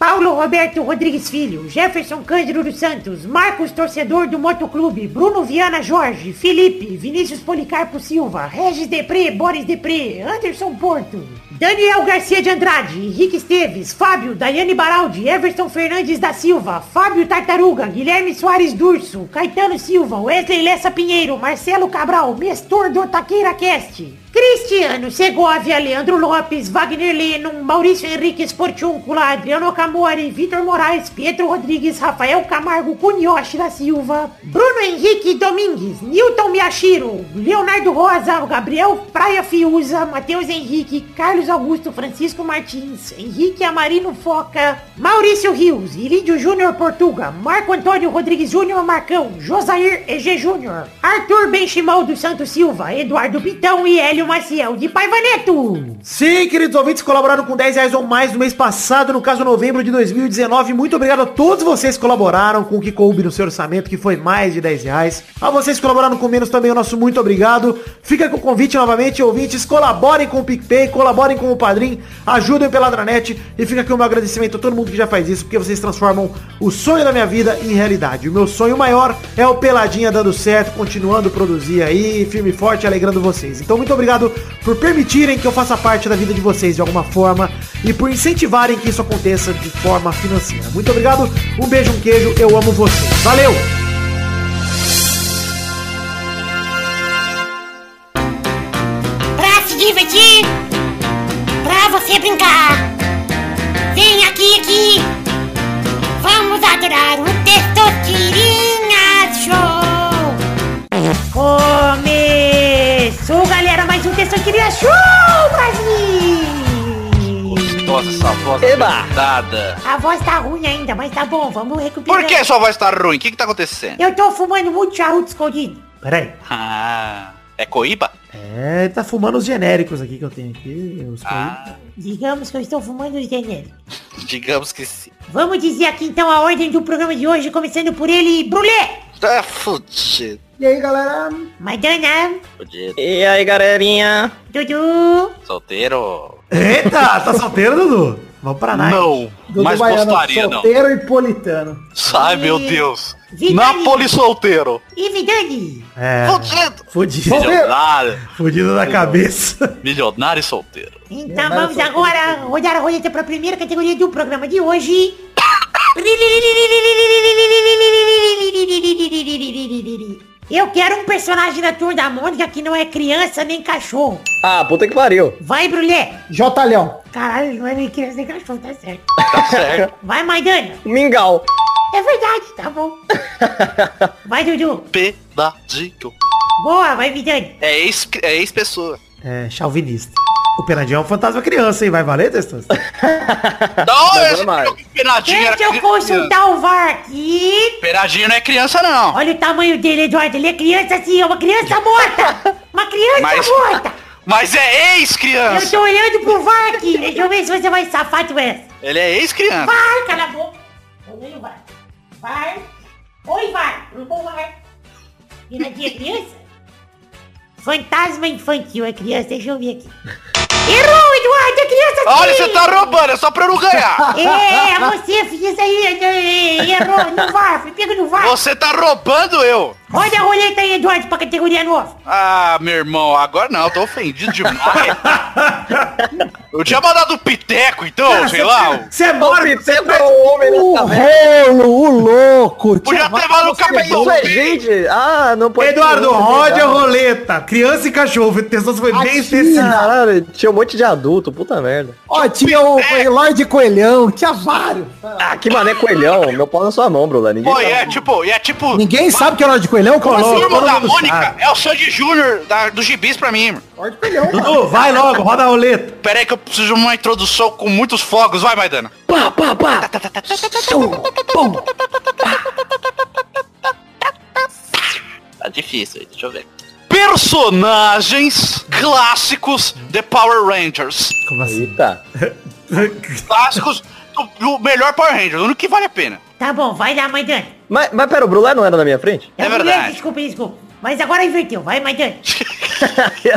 H: Paulo Roberto Rodrigues Filho, Jefferson Cândido dos Santos, Marcos Torcedor do Motoclube, Bruno Viana Jorge, Felipe, Vinícius Policarpo Silva, Regis Depré, Boris Depré, Anderson Porto, Daniel Garcia de Andrade, Henrique Esteves, Fábio, Daiane Baraldi, Everton Fernandes da Silva, Fábio Tartaruga, Guilherme Soares Durso, Caetano Silva, Wesley Lessa Pinheiro, Marcelo Cabral, Mestor do Taqueira Cast, Cristiano Segovia, Leandro Lopes, Wagner Lennon, Maurício Henrique Sportiúncula, Adriano Camori, Vitor Moraes, Pietro Rodrigues, Rafael Camargo Cunhoche da Silva, Bruno Henrique Domingues, Newton Miyashiro, Leonardo Rosa, Gabriel Praia Fiuza, Matheus Henrique, Carlos Augusto Francisco Martins, Henrique Amarino Foca, Maurício Rios, Ilídio Júnior Portuga, Marco Antônio Rodrigues Júnior Marcão, Josair EG Júnior, Arthur Benchimol dos Santos Silva, Eduardo Pitão e Hélio Maciel de Paiva Neto.
C: Sim, queridos ouvintes, colaboraram com 10 reais ou mais no mês passado, no caso novembro de 2019. Muito obrigado a todos vocês que colaboraram com o que coube no seu orçamento, que foi mais de 10 reais. A vocês que colaboraram com menos também, o nosso muito obrigado. Fica com o convite novamente, ouvintes, colaborem com o PicPay, colaborem com o Padrim, ajudem pela Adranet, e fica aqui o meu agradecimento a todo mundo que já faz isso, porque vocês transformam o sonho da minha vida em realidade. O meu sonho maior é o Peladinha dando certo, continuando a produzir aí, firme e forte, alegrando vocês. Então, muito obrigado por permitirem que eu faça parte da vida de vocês de alguma forma e por incentivarem que isso aconteça de forma financeira. Muito obrigado, um beijo, um queijo, eu amo vocês. Valeu!
H: Pra se divertir, pra você brincar, vem aqui, vamos adorar o Testosterinha Show. Começou, galera, mais um Testosterinha Show, Brasil!
D: Gostosa essa voz dada.
H: A voz tá ruim ainda, mas tá bom, vamos recuperar.
D: Por que sua voz tá ruim? O que tá acontecendo?
H: Eu tô fumando muito charuto escondido.
C: Peraí.
D: É coíba?
C: É, tá fumando os genéricos aqui que eu tenho aqui.
H: Digamos que eu estou fumando os genéricos.
D: Digamos que sim.
H: Vamos dizer aqui então a ordem do programa de hoje, começando por ele, Brulé.
D: Tá fudido.
G: E aí, galera?
H: Maidana.
D: Fudido.
B: E aí, galerinha?
H: Dudu.
D: Solteiro?
C: Eita, tá solteiro, Dudu? Vamos pra night.
D: Não,
G: Dudu
D: mas
G: Baiano,
D: gostaria não.
G: solteiro e politano.
D: Ai, meu Deus.
H: Vidani.
D: Napoli solteiro.
H: E Vidani.
C: É,
D: Fudido.
C: fudido.
D: Milionário.
C: Fudido da cabeça.
D: Milionário e solteiro.
H: Então vamos agora rodar a roleta para a primeira categoria do programa de hoje. Eu quero um personagem da Turma da Mônica que não é criança nem cachorro.
B: Ah, puta que pariu.
H: Vai, Brulé.
G: Jotalhão.
H: Caralho, não é nem criança nem cachorro, tá certo.
D: Tá certo.
H: Vai, Maidana.
B: Mingau.
H: É verdade, tá bom. Vai, Dudu.
D: Pedadinho.
H: Boa, vai, Vidani.
D: É ex-pessoa.
C: É, chauvinista. O Penadinho é um fantasma criança, hein? Vai valer, Testoso?
D: Não, esse Penadinho era
H: Deixa eu
D: criança.
H: consultar o VAR aqui.
D: Penadinho não é criança, não.
H: Olha o tamanho dele, Eduardo. Ele é criança sim, é uma criança morta. Uma criança morta.
D: Mas é
H: Eu
D: ex-criança.
H: tô olhando pro VAR aqui. Deixa eu ver se você vai safar com essa.
D: Ele é ex-criança.
H: VAR, cala a boca. Olha o VAR. VAR. Oi, VAR. Tudo bom, VAR? Penadinho é criança? Fantasma infantil é criança. Deixa eu ver aqui. Errou, Eduardo, é criança sim.
D: Olha, você tá roubando, é só pra eu não ganhar.
H: Você fez isso aí, errou no VAR, foi pego no VAR.
D: Você tá roubando eu.
H: Roda a roleta aí, Eduardo, pra categoria nova.
D: Ah, meu irmão, agora não, eu tô ofendido demais. Eu tinha mandado o Piteco, então,
C: Cara,
D: sei lá.
C: Você é morto.
B: Piteco é o homem
G: O
B: da caverna.
G: rolo, o louco.
D: Podia ter mandado o capitão.
B: Isso é gente. Ah, não pode.
C: Eduardo,
B: criança,
C: rode a
B: legal.
C: roleta. Criança e cachorro. O Testoso foi bem
G: Aqui,
C: específico.
B: Caralho, tinha um monte de adulto, puta merda.
G: Ó, tinha o Lorde Coelhão, tinha vários.
B: Ah, que mané coelhão. Meu pau na sua mão, Brula. Ninguém
D: Pô, e
B: sabe.
D: é tipo...
G: Ninguém sabe que é Lorde Coelhão? Como assim?
D: Turma
C: todo
D: da
C: mundo
D: Mônica
C: sabe.
D: é o Sandy Júnior dos gibis pra mim, mano.
G: Lorde Coelhão.
C: Dudu, vai logo, roda a roleta.
D: Pera aí que eu preciso de uma introdução com muitos fogos. Vai, Maidana.
G: Pá, pá, pá. Pum.
D: Tá difícil aí, deixa eu ver. Personagens clássicos de Power Rangers.
C: Como assim?
B: Eita.
D: Clássicos do melhor Power Ranger, o único que vale a pena.
H: Tá bom, vai lá, Maidana.
B: Mas pera, o Brulé não era na minha frente?
D: É
H: Brulé,
D: verdade.
H: Desculpa. Mas agora inverteu. Vai, Maidana.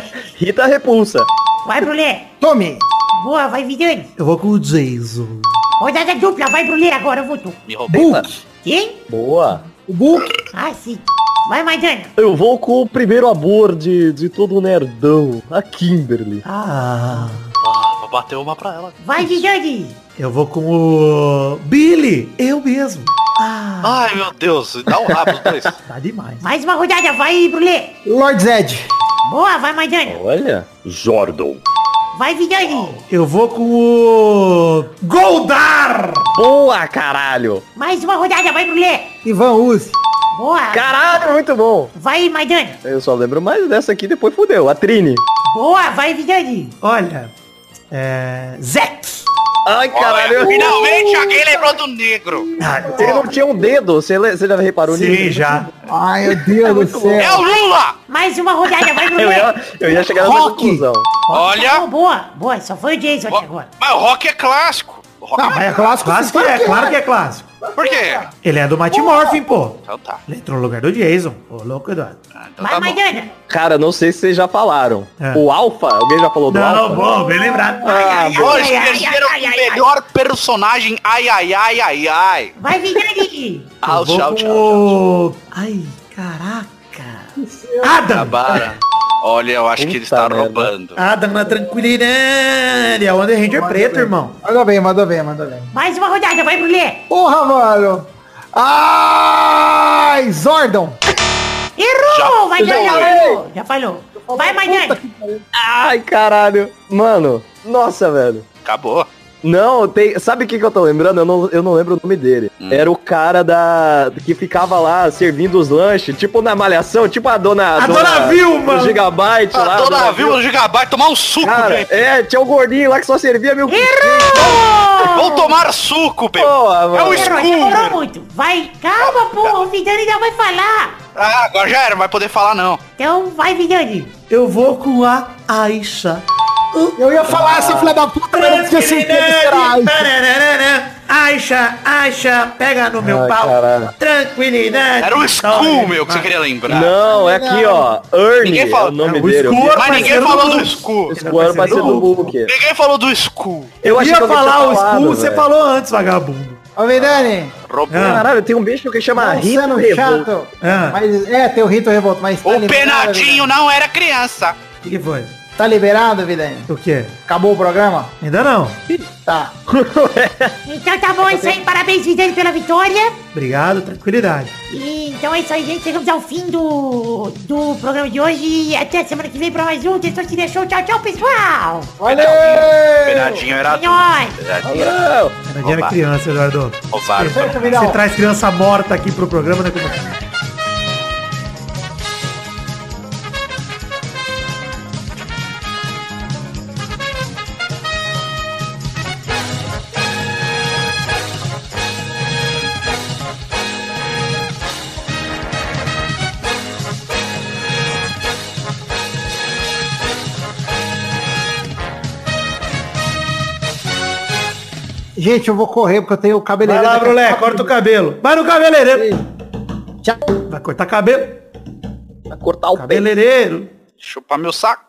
B: Rita repulsa.
H: Vai, Brulé.
G: Tome.
H: Boa, vai, Vidani.
A: Eu vou com o Jason.
H: Rodada dupla, vai Brulé agora, eu vou tu.
D: Me roubei.
H: Quem?
B: Boa.
G: O Book.
H: Ah, sim. Vai, Maidana.
B: Eu vou com o primeiro amor de todo nerdão, a Kimberly.
D: Vou bater uma pra ela.
H: Vai, Vidani.
C: Eu vou com o Billy, eu mesmo.
D: Ai, meu Deus. Dá um rabo os dois.
C: Tá demais.
H: Mais uma rodada, vai, Brulé.
G: Lord Zed.
H: Boa, vai, Maidana.
B: Olha, Jordan.
H: Vai, Vidani.
C: Eu vou com o Goldar.
B: Boa, caralho.
H: Mais uma rodada, vai, Brulé.
G: Ivan Uzi.
H: Boa.
B: Caralho, muito bom.
H: Vai, Maidana.
B: Eu só lembro mais dessa aqui, depois fudeu. A Trini.
H: Boa, vai, Vidani.
C: Olha, Zek.
B: Ai, caralho.
D: Olha, finalmente alguém lembrou do negro.
B: Ele não tinha um dedo, você já reparou nisso?
C: Sim, já.
G: Ai, meu Deus do
D: É
G: céu.
D: o Lula.
H: Mais uma rodada, vai, Brulé.
B: Eu ia chegar nessa
G: Rock.
B: conclusão.
D: Olha.
H: Boa, boa. Só foi o Jason até agora.
D: Mas o rock é clássico. O rock
G: Não, mas é clássico.
C: Clássico é, claro que é clássico.
D: Por quê?
C: Ele é do Mighty Morphin, pô.
D: Então tá.
C: Ele entrou no lugar do Jason. Ô, louco, Eduardo.
D: Então
H: Vai,
D: tá bom.
H: Maidana.
B: Cara, não sei se vocês já falaram.
C: É.
B: O Alpha, alguém já falou do
C: Não,
B: Alpha?
C: bom, bem lembrado.
D: Hoje
H: ai,
D: escolheram
H: ai,
D: o
H: ai,
D: melhor personagem. Ai, ai, ai, ai, ai.
H: Vai, Vidani.
D: Ah,
C: Eu vou
D: tchau,
C: com
D: tchau.
C: o... Ai, caraca. Adam.
D: Acabaram. Olha, eu acho que ele
B: Puta
D: está
B: merda.
D: roubando.
C: Adam na tranquilidade. É o Wonder Ranger preto, irmão.
G: Mandou bem, mandou bem, mandou bem.
H: Mais uma rodada, vai, Brulé.
G: Porra, mano. Ai, Zordon.
H: Errou! Vai,
B: já
H: já
B: falei.
H: falou. Já falou. Vai, Maidana.
B: Ai, caralho. Mano, nossa, velho.
D: Acabou.
B: Não, tem. Sabe o que eu tô lembrando? Eu não lembro o nome dele. Era o cara que ficava lá servindo os lanches, tipo na Malhação, tipo a dona.
C: A dona Vilma.
B: do Gigabyte lá.
D: A dona Vilma do Gigabyte tomar um suco,
B: Cara,
D: gente.
B: tinha um gordinho lá que só servia meu.
D: Vão tomar suco, meu.
B: Porra,
D: É
B: mano.
D: o
H: Errou, demorou
D: Scooter.
H: muito. Vai, calma, pô. O Vidani ainda vai falar.
D: Ah, agora já era, não vai poder falar não.
H: Então, vai, Vidani.
C: Eu vou com a Aisha.
G: Eu ia falar essa filha da puta, mas eu não tinha certeza que era Aisha.
C: Aisha, pega no meu
B: Ai,
C: pau.
B: caralho.
C: Tranquilidade.
D: Era o Skull, meu, que você queria lembrar.
B: Não, é aqui, ó. Ernie
D: Ninguém fala-
B: é o nome
C: o
B: dele.
C: Skull
D: Mas ninguém
C: parceiro
D: falou
C: do
D: do Skull.
B: Skull era parceiro do Hulk.
D: Ninguém falou do Skull.
C: Eu
B: achei
C: ia
B: que alguém
C: falar
B: tinha
C: o
B: falado,
C: Skull, você
B: velho.
C: falou antes, vagabundo.
G: Ô, Vidani.
D: Roubou.
B: Caralho, tem um bicho que chama
G: Não
B: Rito
G: sendo
B: Revolto.
G: chato.
C: Ah.
G: Mas tem o Rito Revolto, mas tá
D: O
G: liberado,
D: Penadinho não era criança.
C: O que foi?
G: Vidani? Tá liberado, Vidani?
C: O quê?
G: Acabou o programa?
C: Ainda não.
G: Tá.
H: Então tá bom, é isso aí. Parabéns, Vidani, pela vitória.
C: Obrigado, tranquilidade.
H: E então é isso aí, gente. Chegamos ao fim do programa de hoje. E até semana que vem pra mais um. Testou te deixou. Tchau, tchau, pessoal.
G: Valeu!
D: Penadinho era
H: É nóis.
D: Penadinho
B: Não.
C: Era dia era
D: Roubar.
C: criança, Eduardo.
D: roubaram.
G: Certo, Vidal?
C: Você traz criança morta aqui pro programa, né? Como...
G: Gente, eu vou correr porque eu tenho o
C: Vai
G: cabeleireiro.
C: lá,
G: daqui a
C: Brulé,
G: 4
C: corta o cabelo. Vai no cabeleireiro.
G: Tchau.
C: Vai cortar cabelo.
B: Vai cortar o pé.
C: Cabeleireiro.
D: Chupar meu saco.